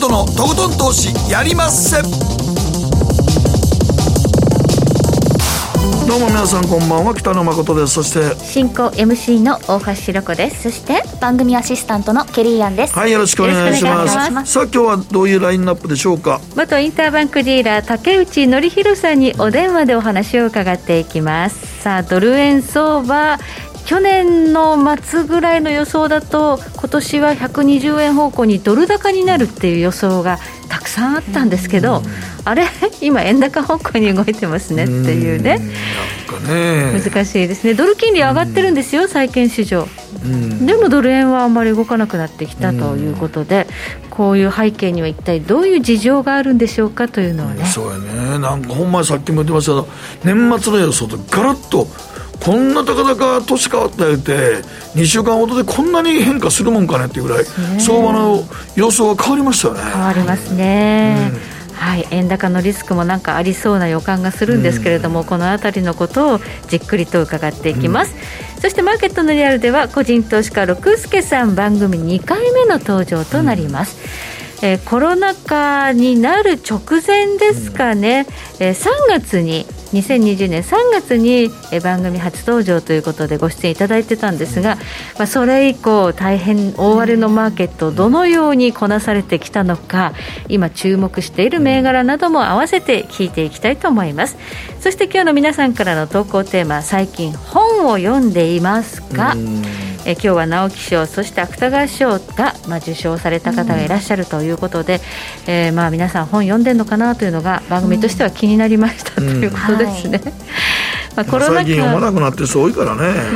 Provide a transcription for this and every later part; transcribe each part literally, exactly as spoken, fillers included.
誠のとことん投資やりまっせ。どうも皆さんこんばんは、北野誠です。そして進行 エムシー の大橋ひろ子です。そして番組アシスタントのケリーアンです。 はい、よろしくお願いします。ますさあ今日はどういうラインナップでしょうか。 元インターバンクディーラー竹内則弘さんにお電話でお話を伺っていきます。さあドル円相場、去年の末ぐらいの予想だと今年はひゃくにじゅうえん方向にドル高になるっていう予想がたくさんあったんですけど、あれ今円高方向に動いてますねっていうね。 なんかね難しいですね。ドル金利上がってるんですよ、債券市場。でもドル円はあんまり動かなくなってきたということで、こういう背景には一体どういう事情があるんでしょうかというのはね。 そうやね。なんかほんまにさっきも言ってましたけど、年末の予想とガラッとこんな高々年変わった言ってにしゅうかんほどでこんなに変化するもんかねっていうぐらい相場の予想が変わりましたよね。 変わりますね、うん、はい、円高のリスクもなんかありそうな予感がするんですけれども、うん、このあたりのことをじっくりと伺っていきます、うん、そしてマーケットのリアルでは個人投資家六助さん番組にかいめの登場となります、うん、えー、コロナ禍になる直前ですかね、うん、えー、さんがつににせんにじゅうねんさんがつに番組初登場ということでご出演いただいてたんですが、まあ、それ以降大変大荒れのマーケットをどのようにこなされてきたのか、今注目している銘柄なども合わせて聞いていきたいと思います。そして今日の皆さんからの投稿テーマ、最近本を読んでいますか。え今日は直木賞、そして芥川賞が、まあ、受賞された方がいらっしゃるということで、えーまあ、皆さん本読んでるのかなというのが番組としては気になりました、ということですね、はい、まあ、コロナ禍最近読まなくなって人多いからね。 うん、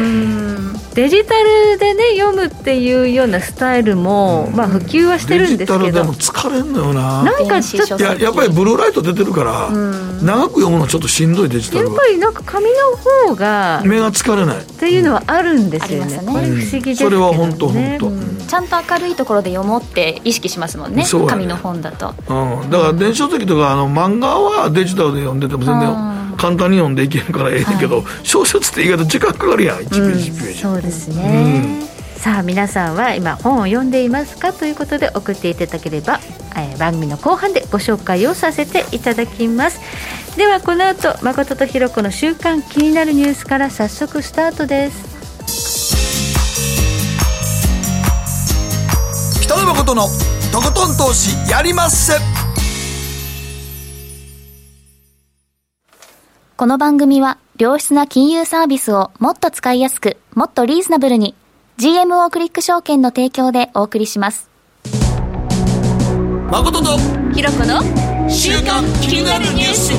デジタルで、ね、読むっていうようなスタイルも、うん、まあ、普及はしてるんですけど、 デジタルでも疲れんのよな。 なんかちょっとや, やっぱりブルーライト出てるから、うん、長く読むのちょっとしんどい。デジタルはやっぱりなんか紙の方が目が疲れないっていうのはあるんですよね、うん、これ不思議ですけどね、 それは本当本当、うん、 ちゃんと明るいところで読もうって意識しますもんね、紙の本だと、 うん、だから電子書籍とかあの漫画はデジタルで読んでても全然簡単に読んでいけるからええねんけど、はい、小説って意外と時間かかるやん、いちページいちページ、 うん、そうですね、うん、さあ皆さんは今本を読んでいますかということで送っていただければ、えー、番組の後半でご紹介をさせていただきます。ではこの後誠とひろ子の週刊気になるニュースから早速スタートです。 北野誠のとことん投資やりまっせ。 この番組は良質な金融サービスをもっと使いやすく、もっとリーズナブルに ジーエムオー クリック証券の提供でお送りします。 誠とひろ子の週刊気になるニュース。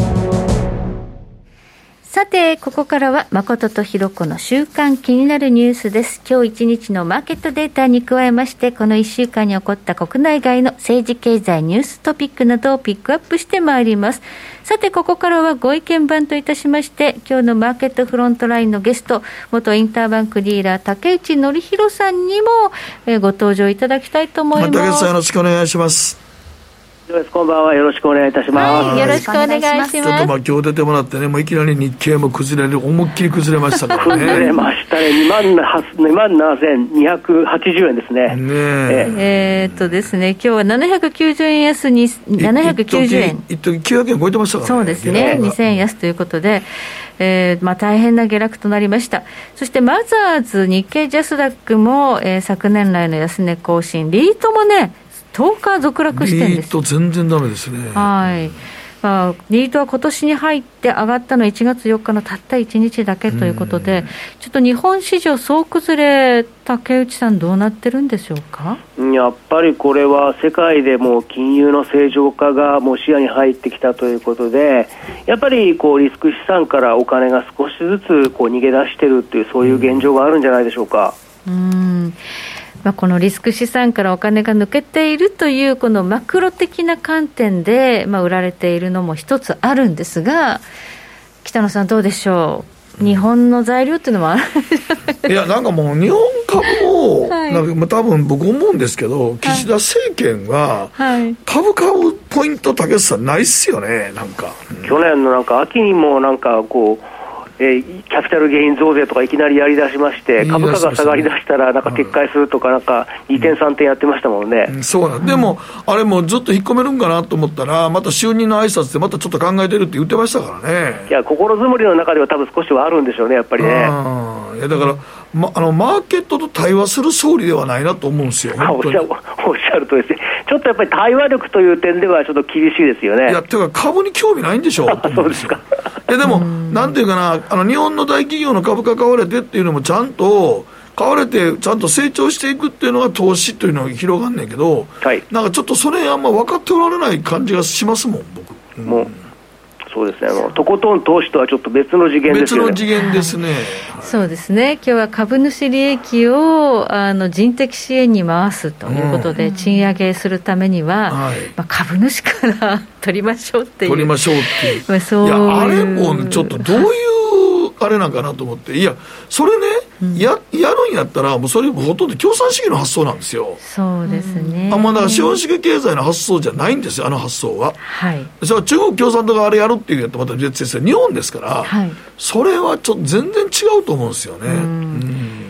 さてここからは誠とひろ子の週刊気になるニュースです。今日一日のマーケットデータに加えまして、このいっしゅうかんに起こった国内外の政治経済ニューストピックなどをピックアップしてまいります。さてここからはご意見番といたしまして、今日のマーケットフロントラインのゲスト、元インターバンクディーラー竹内則弘さんにも、えー、ご登場いただきたいと思います。 竹内さんよろしくお願いします。 こんばんは、よろしくお願いいたします、 はい、よろしくお願いします。ちょっとまあ今日出てもらってね、もういきなり日経も崩れる、思いっきり崩れましたからね。 崩れましたね。にまんななせんにひゃくはちじゅうえんですね。ねええー、っとですね、今日はななひゃくきゅうじゅうえん安にななひゃくきゅうじゅうえん、 一時きゅうひゃくえん超えてましたからね。 そうですね、にせんえん安ということで、えーまあ、大変な下落となりました。そしてマザーズ、日経ジャスダックも、えー、昨年来の安値更新、リートもねとおか続落してるんです。 リート全然ダメですね。 はい、まあ、リートは今年に入って上がったのいちがつよっかのたったいちにちだけということで、ちょっと日本市場総崩れ、竹内さんどうなってるんでしょうか。 やっぱりこれは世界でも金融の正常化がもう視野に入ってきたということで、やっぱりこうリスク資産からお金が少しずつこう逃げ出してるっていう、そういう現状があるんじゃないでしょうか。 うーん、まあ、このリスク資産からお金が抜けているというこのマクロ的な観点で、まあ、売られているのも一つあるんですが、北野さんどうでしょう、日本の材料というのもあるいやなんかもう日本株も、はい、なんか多分僕思うんですけど、岸田政権は株買うポイント、竹内さんないっすよね。なんか、 うん、去年のなんか秋にもなんかこうえー、キャピタルゲイン増税とかいきなりやりだしまして、株価が下がりだしたらなんか撤回するとか、なんかにてんさんてんやってましたもんね、 うん、そうなんでも、あれもずっと引っ込めるんかなと思ったら、また就任の挨拶でまたちょっと考えてるって言ってましたからね。 いや、心づもりの中では多分少しはあるんでしょうね、やっぱりね。 あいやだから、ま、あのマーケットと対話する総理ではないなと思うんですよ。 おっしゃるおっしゃるとですね、ちょっとやっぱり対話力という点ではちょっと厳しいですよね。 いや、ていうか株に興味ないんでしょうそうですか。 いやでも、なんていうかな、あの日本の大企業の株価買われてっていうのもちゃんと買われてちゃんと成長していくっていうのが投資というのが広がんねんけど、 はい、 なんかちょっとそれあんま分かっておられない感じがしますもん僕、うん、 もうそうですね、もうとことん投資とはちょっと別の次元ですよね。 別の次元ですね、はい、 そうですね。今日は株主利益をあの人的支援に回すということで、うん、賃上げするためには、はい、まあ、株主から取りましょうっていう取りましょうっていう、 まあ、そういういやあれもちょっとどういうあれなんかなと思って、いやそれね、うん、や, やるんやったらもうそれほとんど共産主義の発想なんですよ。 そうですね、 あんまだから資本主義経済の発想じゃないんですよ、あの発想は。 はい、 それは中国共産党があれやるっていうやったらまた別ですよ、日本ですから、はい、それはちょっと全然違うと思うんですよね。うん、うん、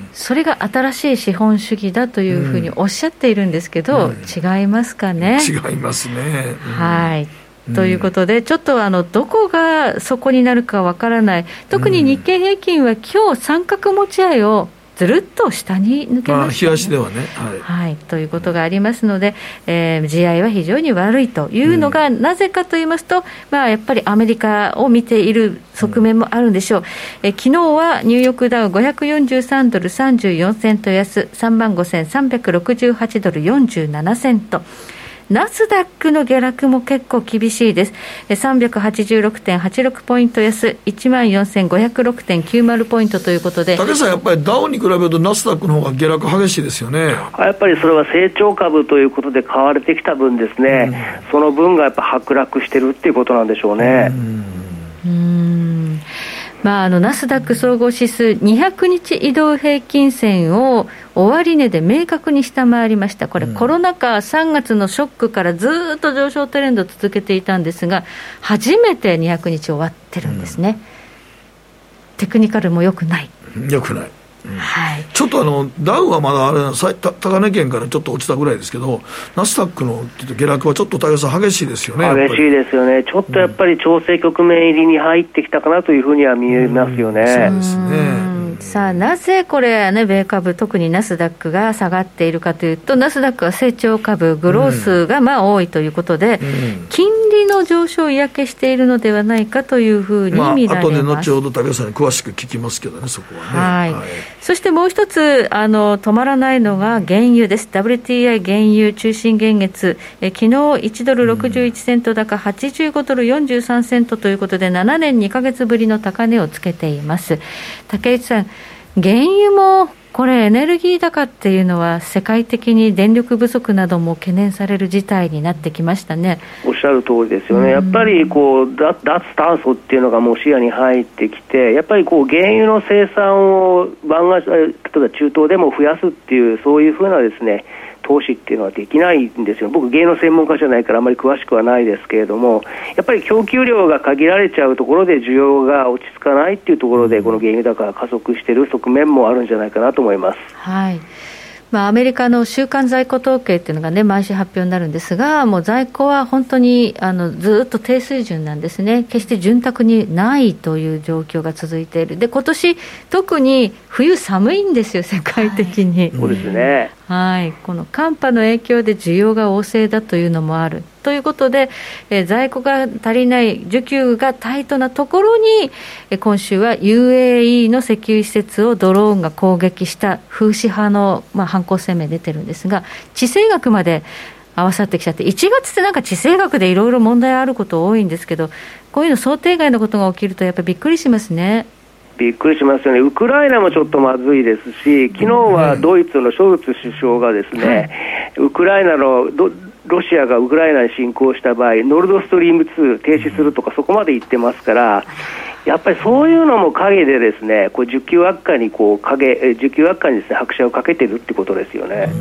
それが新しい資本主義だというふうにおっしゃっているんですけど、うん、違いますかね。 違いますね、うん、 はい、ということで、ちょっとあのどこがそこになるかわからない。特に日経平均は今日三角持ち合いをずるっと下に抜けましたね。 日足ではね、 はいはい、ということがありますので、えー、地合いは非常に悪いというのが、うん、なぜかと言いますと、まあ、やっぱりアメリカを見ている側面もあるんでしょう。うん、え昨日はニューヨークダウごひゃくよんじゅうさんドルさんじゅうよんセント安、さんまんごせんさんびゃくろくじゅうはちドルよんじゅうななセント。ナスダックの下落も結構厳しいです。さんびゃくはちじゅうろくてんはちろくポイント安、いちまんよんせんごひゃくろくてんきゅうまるポイントということで、 武さんやっぱりダウに比べるとナスダックの方が下落激しいですよね。 やっぱりそれは成長株ということで買われてきた分ですね、うん、その分がやっぱ剥落してるっていうことなんでしょうね。 うーん、まあ、あのナスダック総合指数にひゃくにち移動平均線を終値で明確に下回りました。これ、うん、コロナ禍さんがつのショックからずっと上昇トレンドを続けていたんですが、初めてにひゃくにち終わってるんですね。うん、テクニカルも良くない良くない、うん、 はい、ちょっとあのダウはまだあれ高値圏からちょっと落ちたぐらいですけど、ナスダックの下落はちょっと大変さ激しいですよね。 激しいですよね。ちょっとやっぱり調整局面入りに入ってきたかなというふうには見えますよね。うん、 そうですね。 さあなぜこれね、米株特にナスダックが下がっているかというと、ナスダックは成長株グロースがまあ多いということで、うん、金利の上昇を嫌気しているのではないかというふうに見られます。まあ、後で後ほど武さんに詳しく聞きますけどね、そこはね。はい、はい、そしてもう一つあの止まらないのが原油です。 ダブリューティーアイ 原油中心現月、え昨日いちドルろくじゅういちセント高、はちじゅうごドルよんじゅうさんセントということでななねんにかげつぶりの高値をつけています。竹内さん、原油もこれエネルギー高っていうのは世界的に電力不足なども懸念される事態になってきましたね。 おっしゃる通りですよね。やっぱりこう脱炭素っていうのがもう視野に入ってきて、やっぱりこう原油の生産を番が例えば中東でも増やすっていう、そういうふうなですね投資っていうのはできないんですよ。僕原油の専門家じゃないからあまり詳しくはないですけれども、やっぱり供給量が限られちゃうところで需要が落ち着かないっていうところで、この原油高が加速している側面もあるんじゃないかなと思います。 はい、まあ、アメリカの週間在庫統計っていうのがね毎週発表になるんですが、もう在庫は本当にあのずっと低水準なんですね。決して潤沢にないという状況が続いている。で今年特に冬寒いんですよ、世界的に。はい、 そうですね。 はい、この寒波の影響で需要が旺盛だというのもあるということで、えー、在庫が足りない、需給がタイトなところに、えー、今週は ユーエーイー の石油施設をドローンが攻撃した風刺派の、まあ、犯行声明出てるんですが、地政学まで合わさってきちゃって、いちがつってなんか地政学でいろいろ問題あること多いんですけど、こういうの想定外のことが起きるとやっぱりびっくりしますね。 びっくりしますよね。ウクライナもちょっとまずいですし、昨日はドイツのショルツ首相がですね、うん、ウクライナのどロシアがウクライナに侵攻した場合、ノルドストリームツー停止するとかそこまで言ってますから、やっぱりそういうのも陰でですね、こう需給悪化にこう影需給悪化にですね拍車をかけてるってことですよね。 うん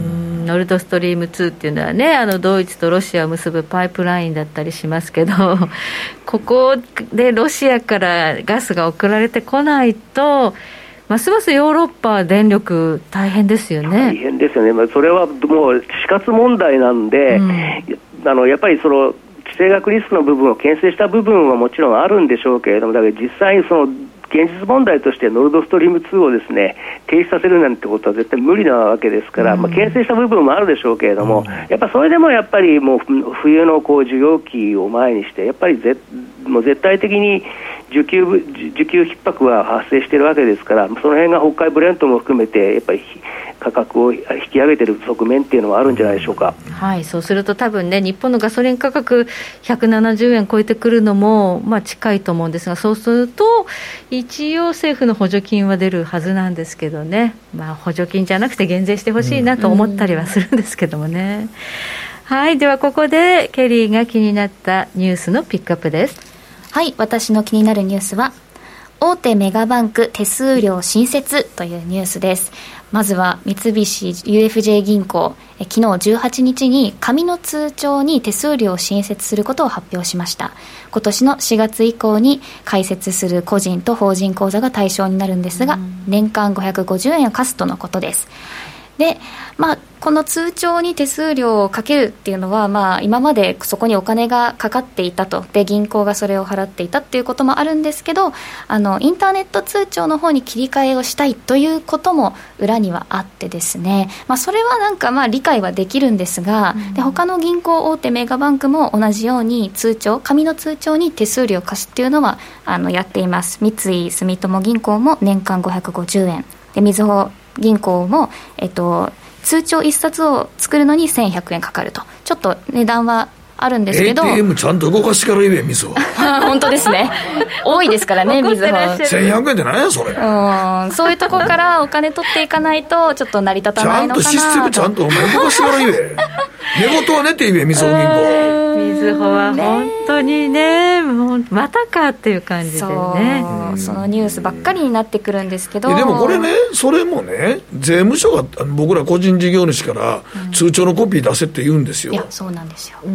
ノルドストリームツーっていうのはね、あのドイツとロシアを結ぶパイプラインだったりしますけど、ここでロシアからガスが送られてこないと、ますますヨーロッパ電力大変ですよね。 大変ですよね。まあ、それはもう死活問題なんで、うん、あのやっぱりその地政学リスクの部分を牽制した部分はもちろんあるんでしょうけれども、だから実際にその現実問題としてノルドストリームツーをですね停止させるなんてことは絶対無理なわけですから、うん、まあ、牽制した部分もあるでしょうけれども、うん、やっぱそれでもやっぱりもう冬のこう需要期を前にしてやっぱりぜもう絶対的に需給需給逼迫は発生しているわけですから、その辺が北海ブレントも含めてやっぱり価格を引き上げている側面っていうのはあるんじゃないでしょうか。 はい、そうすると多分ね、日本のガソリン価格ひゃくななじゅうえん超えてくるのもまあ近いと思うんですが、そうすると一応政府の補助金は出るはずなんですけどね、まあ、補助金じゃなくて減税してほしいなと思ったりはするんですけどもね、うん、はい、ではここでケリーが気になったニュースのピックアップです。 はい、私の気になるニュースは大手メガバンク手数料新設というニュースです。まずは三菱 ユーエフジェー 銀行、え昨日じゅうはちにちに紙の通帳に手数料を新設することを発表しました。今年のしがつ以降に開設する個人と法人口座が対象になるんですが、うん、年間ごひゃくごじゅうえんを課すとのことです。で、まあ、この通帳に手数料をかけるっていうのは、まあ、今までそこにお金がかかっていたと、で銀行がそれを払っていたっていうこともあるんですけど、あのインターネット通帳の方に切り替えをしたいということも裏にはあってですね、まあ、それはなんかまあ理解はできるんですが、うん、で他の銀行大手メガバンクも同じように通帳紙の通帳に手数料を課すっていうのはあのやっています。三井住友銀行も年間ごひゃくごじゅうえんで、みずほ銀行も、えっと、通帳いっさつを作るのにせんひゃくえんかかると、ちょっと値段はあるんですけど エーティーエム ちゃんと動かしてから言えみずほ本当ですね、多いですからねみずほ。 せんひゃくえんって何やそれ。 うん、そういうとこからお金取っていかないとちょっと成り立たないのかなと。 ちゃんとシステムちゃんとお前動かしてから言え寝言は寝て言えみずほ銀行。 みずほは本当にね、もうまたかっていう感じでね、 そう、そのニュースばっかりになってくるんですけど、 でもこれね、それもね、税務署が僕ら個人事業主から通帳のコピー出せって言うんですよ、 うん、いやそうなんですよ、 うん、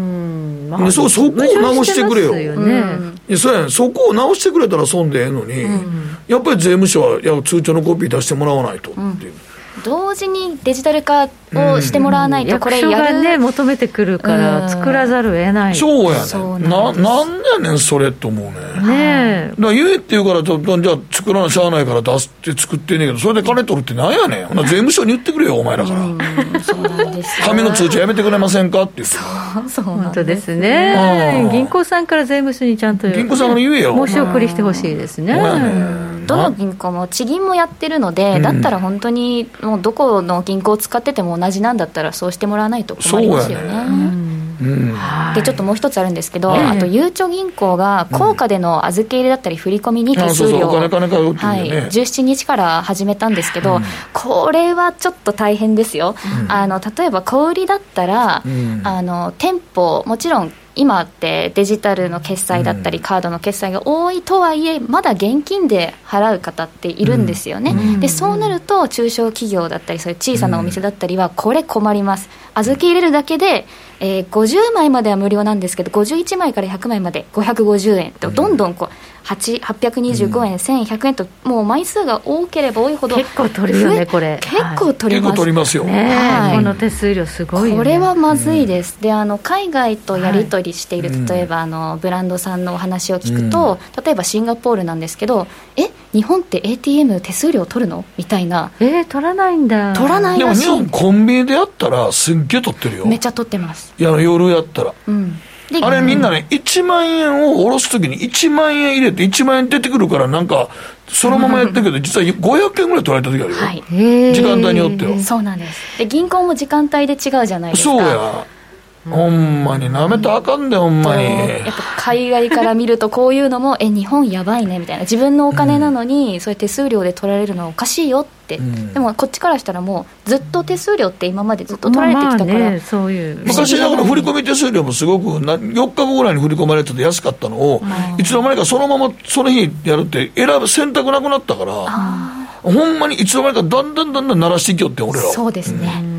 まあ、そ, そこを直してくれよ、よ、ね、うん、そうや、そこを直してくれたら損でええのに、うん、やっぱり税務署はいや通帳のコピー出してもらわないとっていう、うん、 同時にデジタル化をしてもらわないと、これやる、 役所がね求めてくるから作らざるを得ない。 そうやねん、な, なんやねんそれと思うね。 ねえ、 だから言えって言うからちょっとじゃあ作らなしゃあないから出すって作ってんねんけど、それで金取るってなんやねん。税務署に言ってくれよお前らから。うん、そうなんですよ。紙の通帳やめてくれませんかって言って。 そうそう本当ですね。銀行さんから税務署にちゃんと銀行さんから言えよ。 申し送りしてほしいですね。 どの銀行も地銀もやってるので、だったら本当にもうどこの銀行を使ってても同じなんだったらそうしてもらわないと困りますよね。うん、でちょっともう一つあるんですけど、あとゆうちょ銀行が硬貨での預け入れだったり振り込みに手数料をじゅうしちにちから始めたんですけど、うん、これはちょっと大変ですよ、うん、あの例えば小売りだったら、うん、あの店舗もちろん今ってデジタルの決済だったりカードの決済が多いとはいえ、まだ現金で払う方っているんですよね、うん、でそうなると中小企業だったりそういう小さなお店だったりはこれ困ります。預け入れるだけで、えー、ごじゅうまいまでは無料なんですけどごじゅういちまいからひゃくまいまでごひゃくごじゅうえんとどんどんこうはっぴゃくにじゅうごえん、うん、せんひゃくえんともう枚数が多ければ多いほど結構取るよねこれ。 結構取ります、 結構取りますよ、 ね、 はい、 この手数料すごいよね。 これはまずいです、うん、であの海外とやり取りしている、はい、例えばあのブランドさんのお話を聞くと、うん、例えばシンガポールなんですけど、え日本って エーティーエム 手数料取るのみたいな。 えー、取らないんだ。 取らないらしい。 でも日本コンビニでやったらすっげえ取ってるよ。 めっちゃ取ってます。 いや夜やったら、うん、あれみんなねいちまんえんを下ろすときにいちまんえん入れていちまんえん出てくるからなんかそのままやってるけど実はごひゃくえんぐらい取られた時あるよ、はい、時間帯によっては。 そうなんです。で銀行も時間帯で違うじゃないですか。 そうや、ほんまになめたらあかんで、ほんまに。 やっぱ海外から見るとこういうのもえ日本やばいねみたいな、自分のお金なのに、うん、そういう手数料で取られるのはおかしいよって、うん、でもこっちからしたらもうずっと手数料って今までずっと取られてきたから、まあまあね、 そういう昔だから振込手数料もすごくなよっかごぐらいに振り込まれてて安かったのを、うん、いつの間にかそのままその日やるって選ぶ選択なくなったから、ほんまにいつの間にかだんだんだんだん鳴らしていきよって俺ら。 そうですね、うん、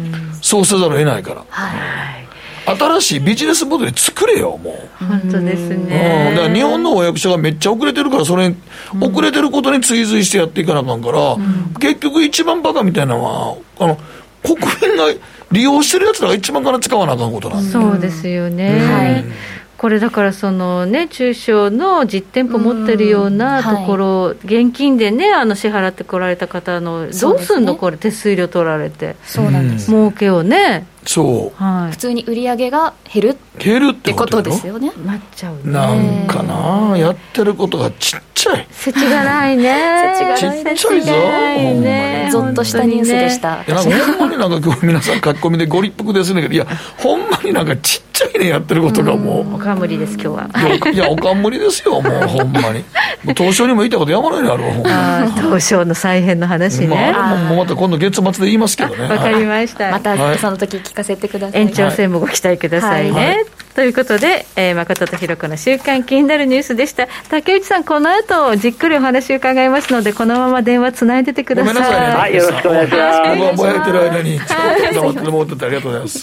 そうせざるを得ないから、 はい新しいビジネスモデル作れよもう。 本当ですね、 うん、だから日本のお役所がめっちゃ遅れてるからそれに、うん、遅れてることに追随してやっていかなあかんから、うん、結局一番バカみたいなのはあの国民が利用してるやつらが一番金使わなあかんことなんで。 そうですよね、うん、はいこれだからそのね中小の実店舗持ってるようなところ、はい、現金でねあの支払ってこられた方のどうすんの、ね、これ手数料取られてそうなんです、 儲けをねそう、 はい、普通に売り上げが減る減るってことですよね。 なっちゃうね。 なんかなやってることがちっちゃい世知がないね世知がないちっちゃいぞねゾッとしたニュースでした、 ね、いやなんかほんまになんか今日皆さん書き込みでご立腹ですねけどいやほんまになんかちっちゃいねやってることがもう、 うん、おかむりです今日はいやおかんむりですよもうほんまにもう東証にも言いたいこと山のようにあるわほんまに東証の再編の話ね、 まあ、もうまた今度月末で言いますけどねわかりました、 はい、またその時聞かせてください、 はい挑戦もご期待くださいね、はいはい、ということで、えー、誠とひろ子の週刊気になるニュースでした。竹内さんこの後じっくりお話を伺いますのでこのまま電話つないでてください。 ごめんなさいね、 はい、よろしくお願いします。 僕はぼやいてる間にちょっと黙ってもらっててありがとうございます。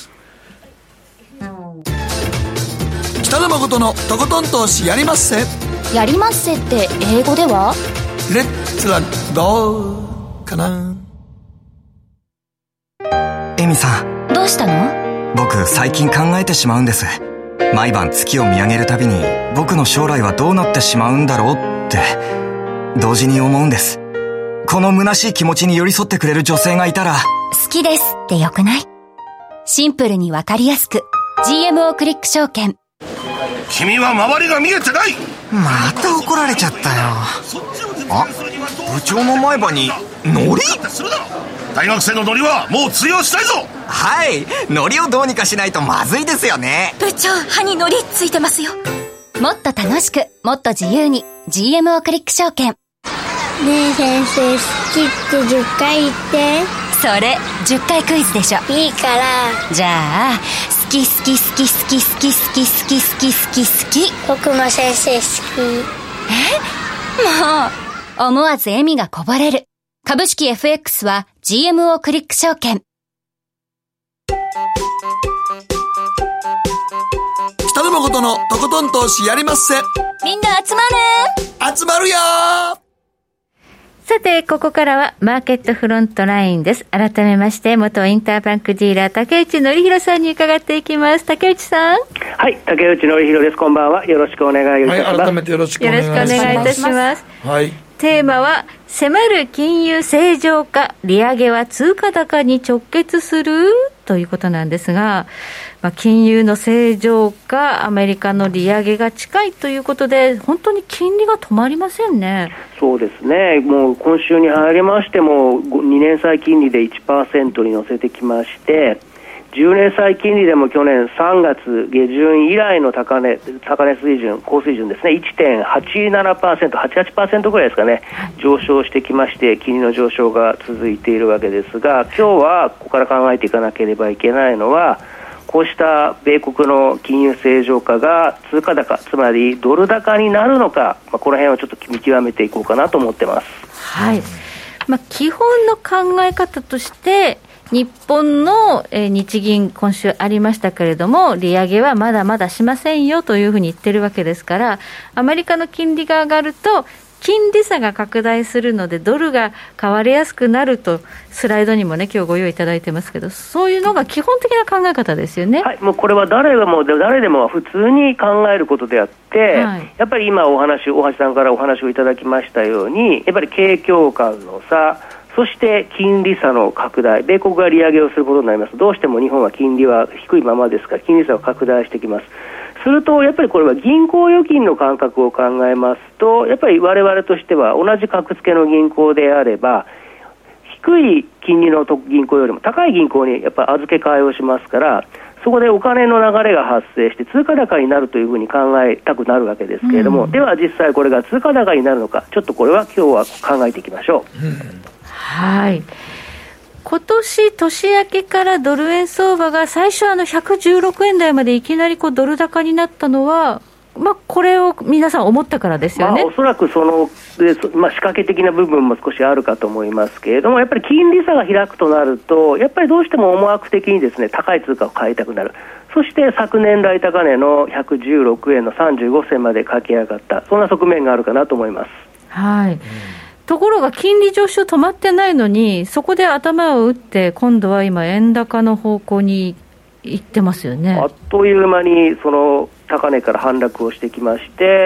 北野誠のとことん投資やりまっせ。 やりまっせって英語ではレッツラゴーかな。 エミさんどうしたの？ 僕最近考えてしまうんです。毎晩月を見上げるたびに僕の将来はどうなってしまうんだろうって同時に思うんです。この虚しい気持ちに寄り添ってくれる女性がいたら。 好きですってよくない？シンプルにわかりやすく ジーエムオー クリック証券。 君は周りが見えてない。 また怒られちゃったよ。あ、部長の前歯にノリ？ 大学生のノリはもう通用したいぞ。 はい、ノリをどうにかしないとまずいですよね。 部長、歯にノリついてますよ。もっと楽しくもっと自由に ジーエムオー クリック証券。 ねえ先生、好きってじゅっかい言って。 それじゅっかいクイズでしょ。 いいから。 じゃあ好き好き好き好き好き好き好き好き好き好き。 僕も先生好き。 え？もう思わず笑みがこぼれる。株式 エフエックス は ジーエムオー クリック証券。 北野誠のとことん投資やりまっせ。 みんな集まる集まるよ。 さてここからはマーケットフロントラインです。改めまして元インターバンクディーラー竹内則弘さんに伺っていきます。竹内さん。 はい、竹内則弘です。こんばんは。よろしくお願いいたします。 はい、改めてよろしくお願いします。 よろしくお願いいたします。 はい。 テーマは迫る金融正常化、利上げは通貨高に直結するということなんですが、まあ、金融の正常化、アメリカの利上げが近いということで本当に金利が止まりませんね。 そうですね。もう今週に入りましてもにねん債金利で いちパーセント に乗せてきまして、じゅうねん債金利でも去年さんがつ下旬以来の高値、高値水準、高水準ですね、いってんはちななパーセント、はちじゅうはちパーセント ぐらいですかね、上昇してきまして、金利の上昇が続いているわけですが、今日はここから考えていかなければいけないのは、こうした米国の金融正常化が通貨高、つまりドル高になるのか、まあ、この辺をちょっと見極めていこうかなと思ってます。 はい、まあ、基本の考え方として日本の、えー、日銀今週ありましたけれども利上げはまだまだしませんよというふうに言ってるわけですから、アメリカの金利が上がると金利差が拡大するのでドルが買われやすくなると、スライドにもね今日ご用意いただいてますけど、そういうのが基本的な考え方ですよね。 はい、もうこれは誰がも誰でも普通に考えることであって、はい、やっぱり今お話大橋さんからお話をいただきましたように、やっぱり景況感の差、そして金利差の拡大、米国が利上げをすることになります。どうしても日本は金利は低いままですから金利差を拡大してきます。するとやっぱりこれは銀行預金の感覚を考えますと、やっぱり我々としては同じ格付けの銀行であれば低い金利の銀行よりも高い銀行にやっぱり預け替えをしますから、そこでお金の流れが発生して通貨高になるというふうに考えたくなるわけですけれども、うん、では実際これが通貨高になるのか、ちょっとこれは今日は考えていきましょう。うん、 はい、今年年明けからドル円相場が最初あのひゃくじゅうろくえん台までいきなりこうドル高になったのはまあ、これを皆さん思ったからですよね。 まあ、おそらくその、まあ、仕掛け的な部分も少しあるかと思いますけれども、やっぱり金利差が開くとなると、やっぱりどうしても思惑的にですね、高い通貨を買いたくなる。そして昨年来高値のひゃくじゅうろくえんのさんじゅうごせんまで駆け上がった、そんな側面があるかなと思います。 はい、うん、ところが金利上昇止まってないのに、そこで頭を打って今度は今円高の方向に行ってますよね。 あっという間にその高値から反落をしてきまして、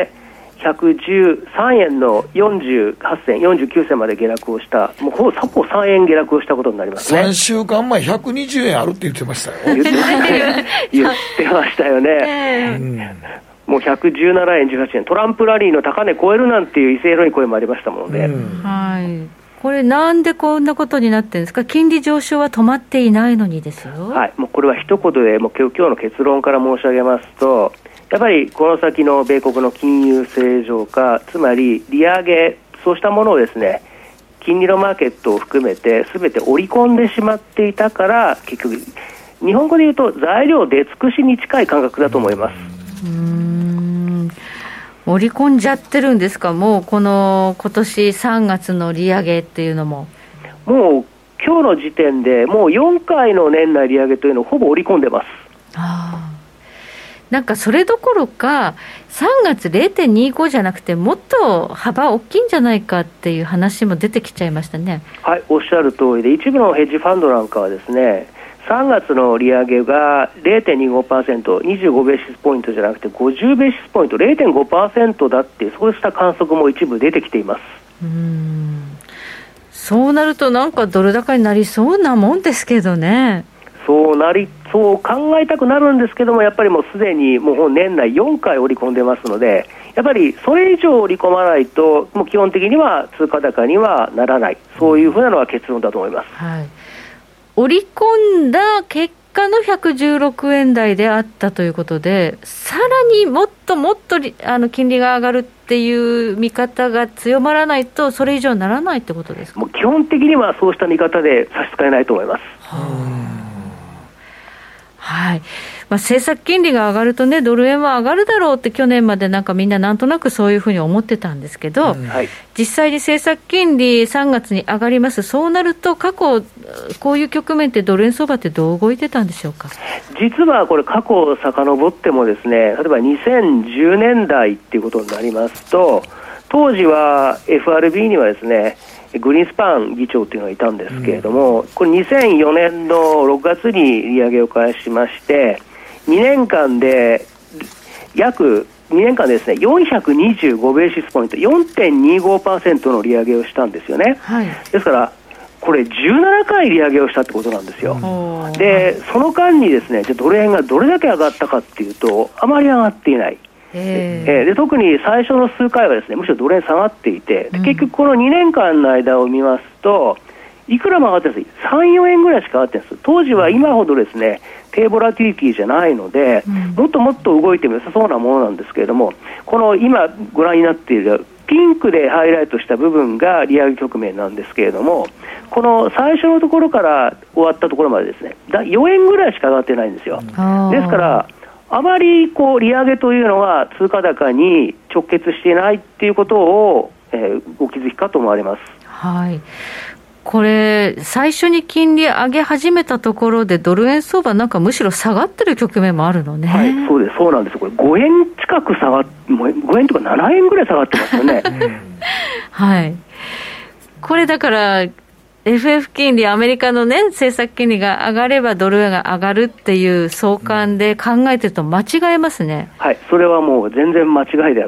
ひゃくじゅうさんえんのよんじゅうはちせん、よんじゅうきゅうせんまで下落をした、もうほぼさんえん下落をしたことになりますね。 さんしゅうかんまえひゃくにじゅうえんあるって言ってましたよ。 言ってましたね。言ってましたよね。うんもうひゃくじゅうななえんじゅうはちえん、トランプラリーの高値超えるなんていう威勢のいい声もありましたもんね、うんはい、これなんでこんなことになってるんですか。金利上昇は止まっていないのにですよ。 はい、もうこれは一言でもう今日の結論から申し上げますと、やっぱりこの先の米国の金融正常化、つまり利上げ、そうしたものをですね、金利のマーケットを含めて全て織り込んでしまっていたから、結局日本語で言うと材料出尽くしに近い感覚だと思います。 うーん、織り込んじゃってるんですか。もうこの今年さんがつの利上げっていうのももう今日の時点でもうよんかいの年内利上げというのをほぼ織り込んでます。 ああ、なんかそれどころかさんがつ ゼロてんにご じゃなくてもっと幅大きいんじゃないかっていう話も出てきちゃいましたね。 はい、おっしゃる通りで、一部のヘッジファンドなんかはですね、さんがつの利上げが ゼロてんにごパーセント、にじゅうごベーシスポイントじゃなくてごじゅうベーシスポイント ゼロてんごパーセント だっていう、そうした観測も一部出てきています。 うーん、そうなるとなんかドル高になりそうなもんですけどね。 そうなりそう考えたくなるんですけども、やっぱりもうすでにもう年内よんかい織り込んでますので、やっぱりそれ以上織り込まないともう基本的には通貨高にはならない、そういうふうなのが結論だと思います。 はい、織り込んだ結果のひゃくじゅうろくえん台であったということで、さらにもっともっとあの金利が上がるっていう見方が強まらないとそれ以上にならないってことですか。 もう基本的にはそうした見方で差し支えないと思います。 はあ、はい、まあ、政策金利が上がるとね、ドル円は上がるだろうって去年までなんかみんななんとなくそういうふうに思ってたんですけど、うんはい、実際に政策金利さんがつに上がります。そうなると過去こういう局面ってドル円相場ってどう動いてたんでしょうか。 実はこれ過去を遡ってもですね、例えばにせんじゅうねんだいっていうことになりますと、当時は エフアールビー にはですね、グリーンスパン議長というのがいたんですけれども、うん、これにせんよねんのろくがつに利上げを開始しまして、にねんかんで約にねんかんでですね、よんひゃくにじゅうごベーシスポイント よんてんにごパーセント の利上げをしたんですよね、はい、ですからこれじゅうななかい利上げをしたってことなんですよ、うん、でその間にですね、じゃドル円がどれだけ上がったかっていうと、あまり上がっていない。えー、で特に最初の数回はですね、むしろドル円下がっていて、で結局このにねんかんの間を見ますと、いくらも上がってるんです。さん、よえんぐらいしか上がってるんです。当時は今ほどですね、低ボラティリティじゃないので、うん、もっともっと動いても良さそうなものなんですけれども、この今ご覧になっているピンクでハイライトした部分が利上げ局面なんですけれども、この最初のところから終わったところまでですね、よえんぐらいしか上がってないんですよ。ですからあまりこう利上げというのは通貨高に直結していないということを、えー、お気づきかと思われます。 はい、これ最初に金利上げ始めたところでドル円相場なんかむしろ下がってる局面もあるのね。 はい、そうです、そうなんです。これごえん近く下がっごえんとかななえんぐらい下がってますよね。 はい、これだからエフエフ 金利、アメリカの、ね、政策金利が上がればドル円が上がるっていう相関で考えてると間違えますね。 はい、それはもう全然間違いであって、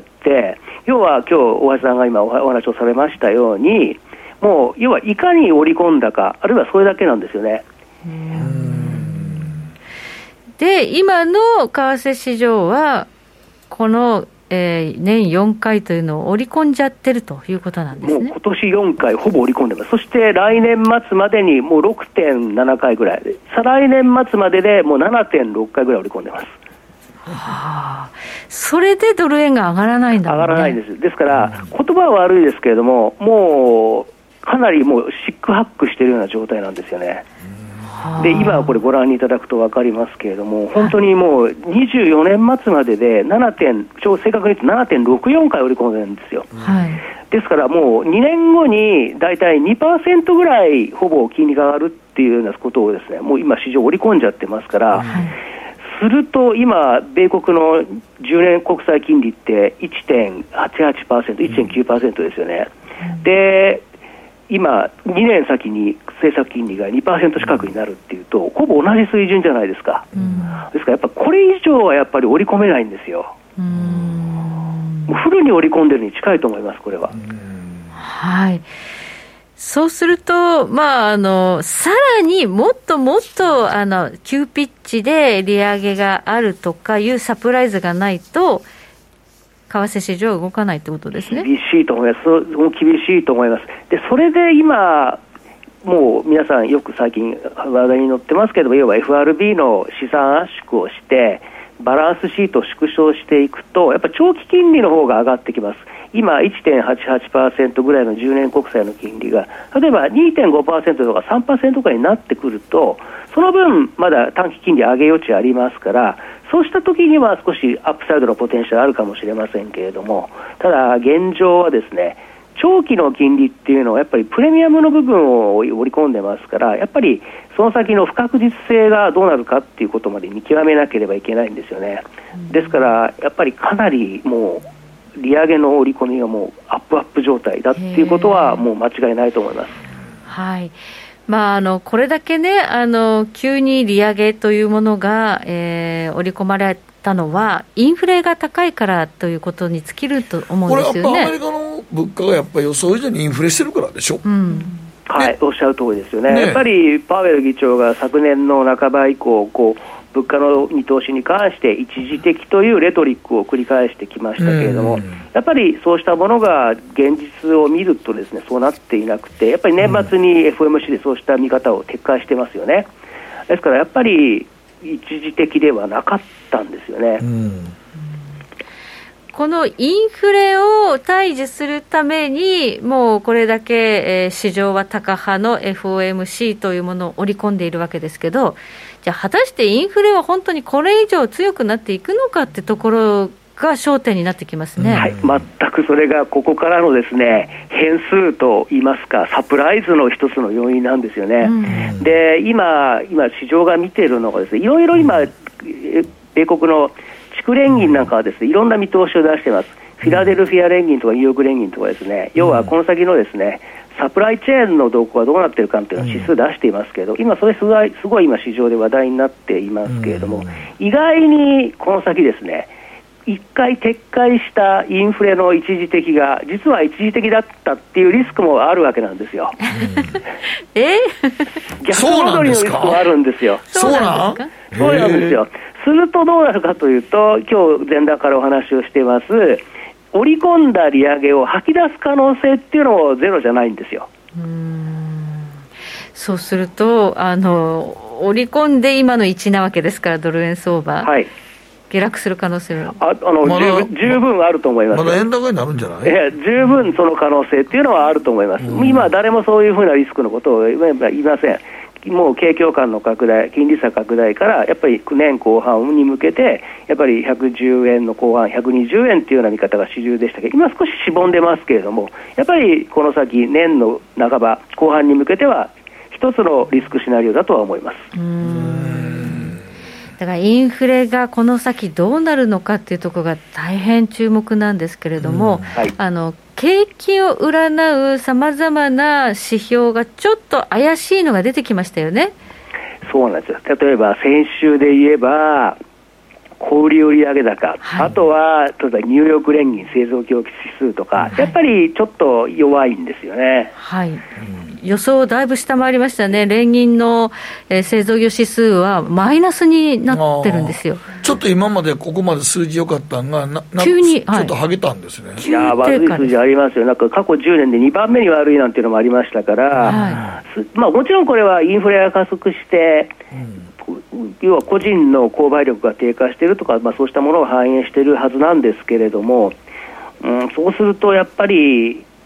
要は今日大橋さんが今お話をされましたように、もう要はいかに織り込んだか、あるいはそれだけなんですよね。うーん、 で今の為替市場はこのえー、年よんかいというのを織り込んじゃってるということなんですね。 もう今年よんかいほぼ織り込んでます。そして来年末までにもう ろくてんななかいぐらいで、再来年末まででもう ななてんろっかいぐらい織り込んでます。はあ、それでドル円が上がらないんだもんね。 上がらないんです。ですから言葉は悪いですけれども、もうかなりもうシックハックしているような状態なんですよね。 で今これご覧いただくと分かりますけれども、本当にもうにじゅうよねん末まででななてん正確に言うと ななてんろくよん 回織り込んでるんですよ、はい、ですからもうにねんごにだいたい にパーセント ぐらいほぼ金利が上がるっていうようなことをですね、もう今市場織り込んじゃってますから、はい、すると今米国のじゅうねん国債金利って いってんはちはちパーセント、いってんきゅうパーセント ですよね、うん、で今にねん先に政策金利が にパーセント 近くになるっていうとほぼ同じ水準じゃないですか、うん、ですからやっぱこれ以上はやっぱり織り込めないんですよ。うーん、もうフルに織り込んでるに近いと思いますこれは。 はい、そうすると、まあ、あのさらにもっともっとあの急ピッチで利上げがあるとかいうサプライズがないと為替市場は動かないということですね。 厳しいと思います。そう厳しいと思います。でそれで今もう皆さんよく最近話題に載ってますけども、要は エフアールビー の資産圧縮をしてバランスシートを縮小していくとやっぱ長期金利の方が上がってきます。今 いってんはちはちパーセント ぐらいのじゅうねん国債の金利が例えば にてんごパーセント とか さんパーセント くらいになってくるとその分まだ短期金利上げ余地ありますから、そうした時には少しアップサイドのポテンシャルあるかもしれませんけれども、ただ現状はですね、長期の金利っていうのはやっぱりプレミアムの部分を織り込んでますから、やっぱりその先の不確実性がどうなるかっていうことまで見極めなければいけないんですよね。ですからやっぱりかなりもう利上げの織り込みがもうアップアップ状態だっていうことはもう間違いないと思います。 はい、まあ、あのこれだけねあの急に利上げというものが、えー、織り込まれたのはインフレが高いからということに尽きると思うんですよね。 これやっぱアメリカの物価がやっぱり予想以上にインフレしてるからでしょ、うんはい、 ね、 おっしゃる通りですよね。 ね、 やっぱりパウエル議長が昨年の半ば以降こう物価の見通しに関して一時的というレトリックを繰り返してきましたけれども、うん、やっぱりそうしたものが現実を見るとですね、そうなっていなくて、やっぱり年末に エフオーエムシー でそうした見方を撤回してますよね。ですからやっぱり一時的ではなかったんですよね、うん、 このインフレを対峙するためにもうこれだけ、えー、市場はタカ派の エフオーエムシー というものを織り込んでいるわけですけど、じゃあ果たしてインフレは本当にこれ以上強くなっていくのかってところが焦点になってきますね。 はい、全くそれがここからのですね変数といいますかサプライズの一つの要因なんですよね、うん、で 今, 今市場が見ているのがですね、いろいろ今、うん、米国の地区連銀なんかはですねいろんな見通しを出しています。フィラデルフィア連銀とかニューヨーク連銀とかですね、要はこの先のですねサプライチェーンの動向はどうなっているかというのを指数出していますけれど、今それすごい、すごい今市場で話題になっていますけれども、意外にこの先ですね一回撤回したインフレの一時的が実は一時的だったっていうリスクもあるわけなんですよ、 うん、え逆戻りのリスクもあるんですよ。 そうなんですか？ そうなんですよ。するとどうなるかというと、今日前段からお話をしています織り込んだ利上げを吐き出す可能性っていうのもゼロじゃないんですよ。 うーん、そうするとあの織り込んで今の位置なわけですから、ドル円相場、はい、下落する可能性は あ, あの、 ま、十, 分十分あると思います。 まだ円高になるんじゃない？ え十分その可能性っていうのはあると思います。今誰もそういうふうなリスクのことを言いません。もう景況感の拡大、金利差拡大からやっぱり年後半に向けてやっぱりひゃくじゅうえんの後半ひゃくにじゅうえんというような見方が主流でしたけど、今少ししぼんでますけれども、やっぱりこの先年の半ば後半に向けては一つのリスクシナリオだとは思います。 うーん、だからインフレがこの先どうなるのかっていうところが大変注目なんですけれども、はい、あの景気を占うさまざまな指標がちょっと怪しいのが出てきましたよね。 そうなんですよ。例えば先週で言えば小売売上高、はい、あとは例えばニューヨーク連銀製造業指数とか、はい、やっぱりちょっと弱いんですよね。 はい、うん、予想をだいぶ下回りましたね。連銀の、えー、製造業指数はマイナスになってるんですよ。 ちょっと今までここまで数字良かったのがなな急に、 ちょっと上げたんですね。 いや悪い数字ありますよ。なんか過去じゅうねんでにばんめに悪いなんていうのもありましたから、はい、まあ、もちろんこれはインフレが加速して、うん、要は個人の購買力が低下しているとか、まあ、そうしたものを反映しているはずなんですけれども、うん、そうするとやっぱり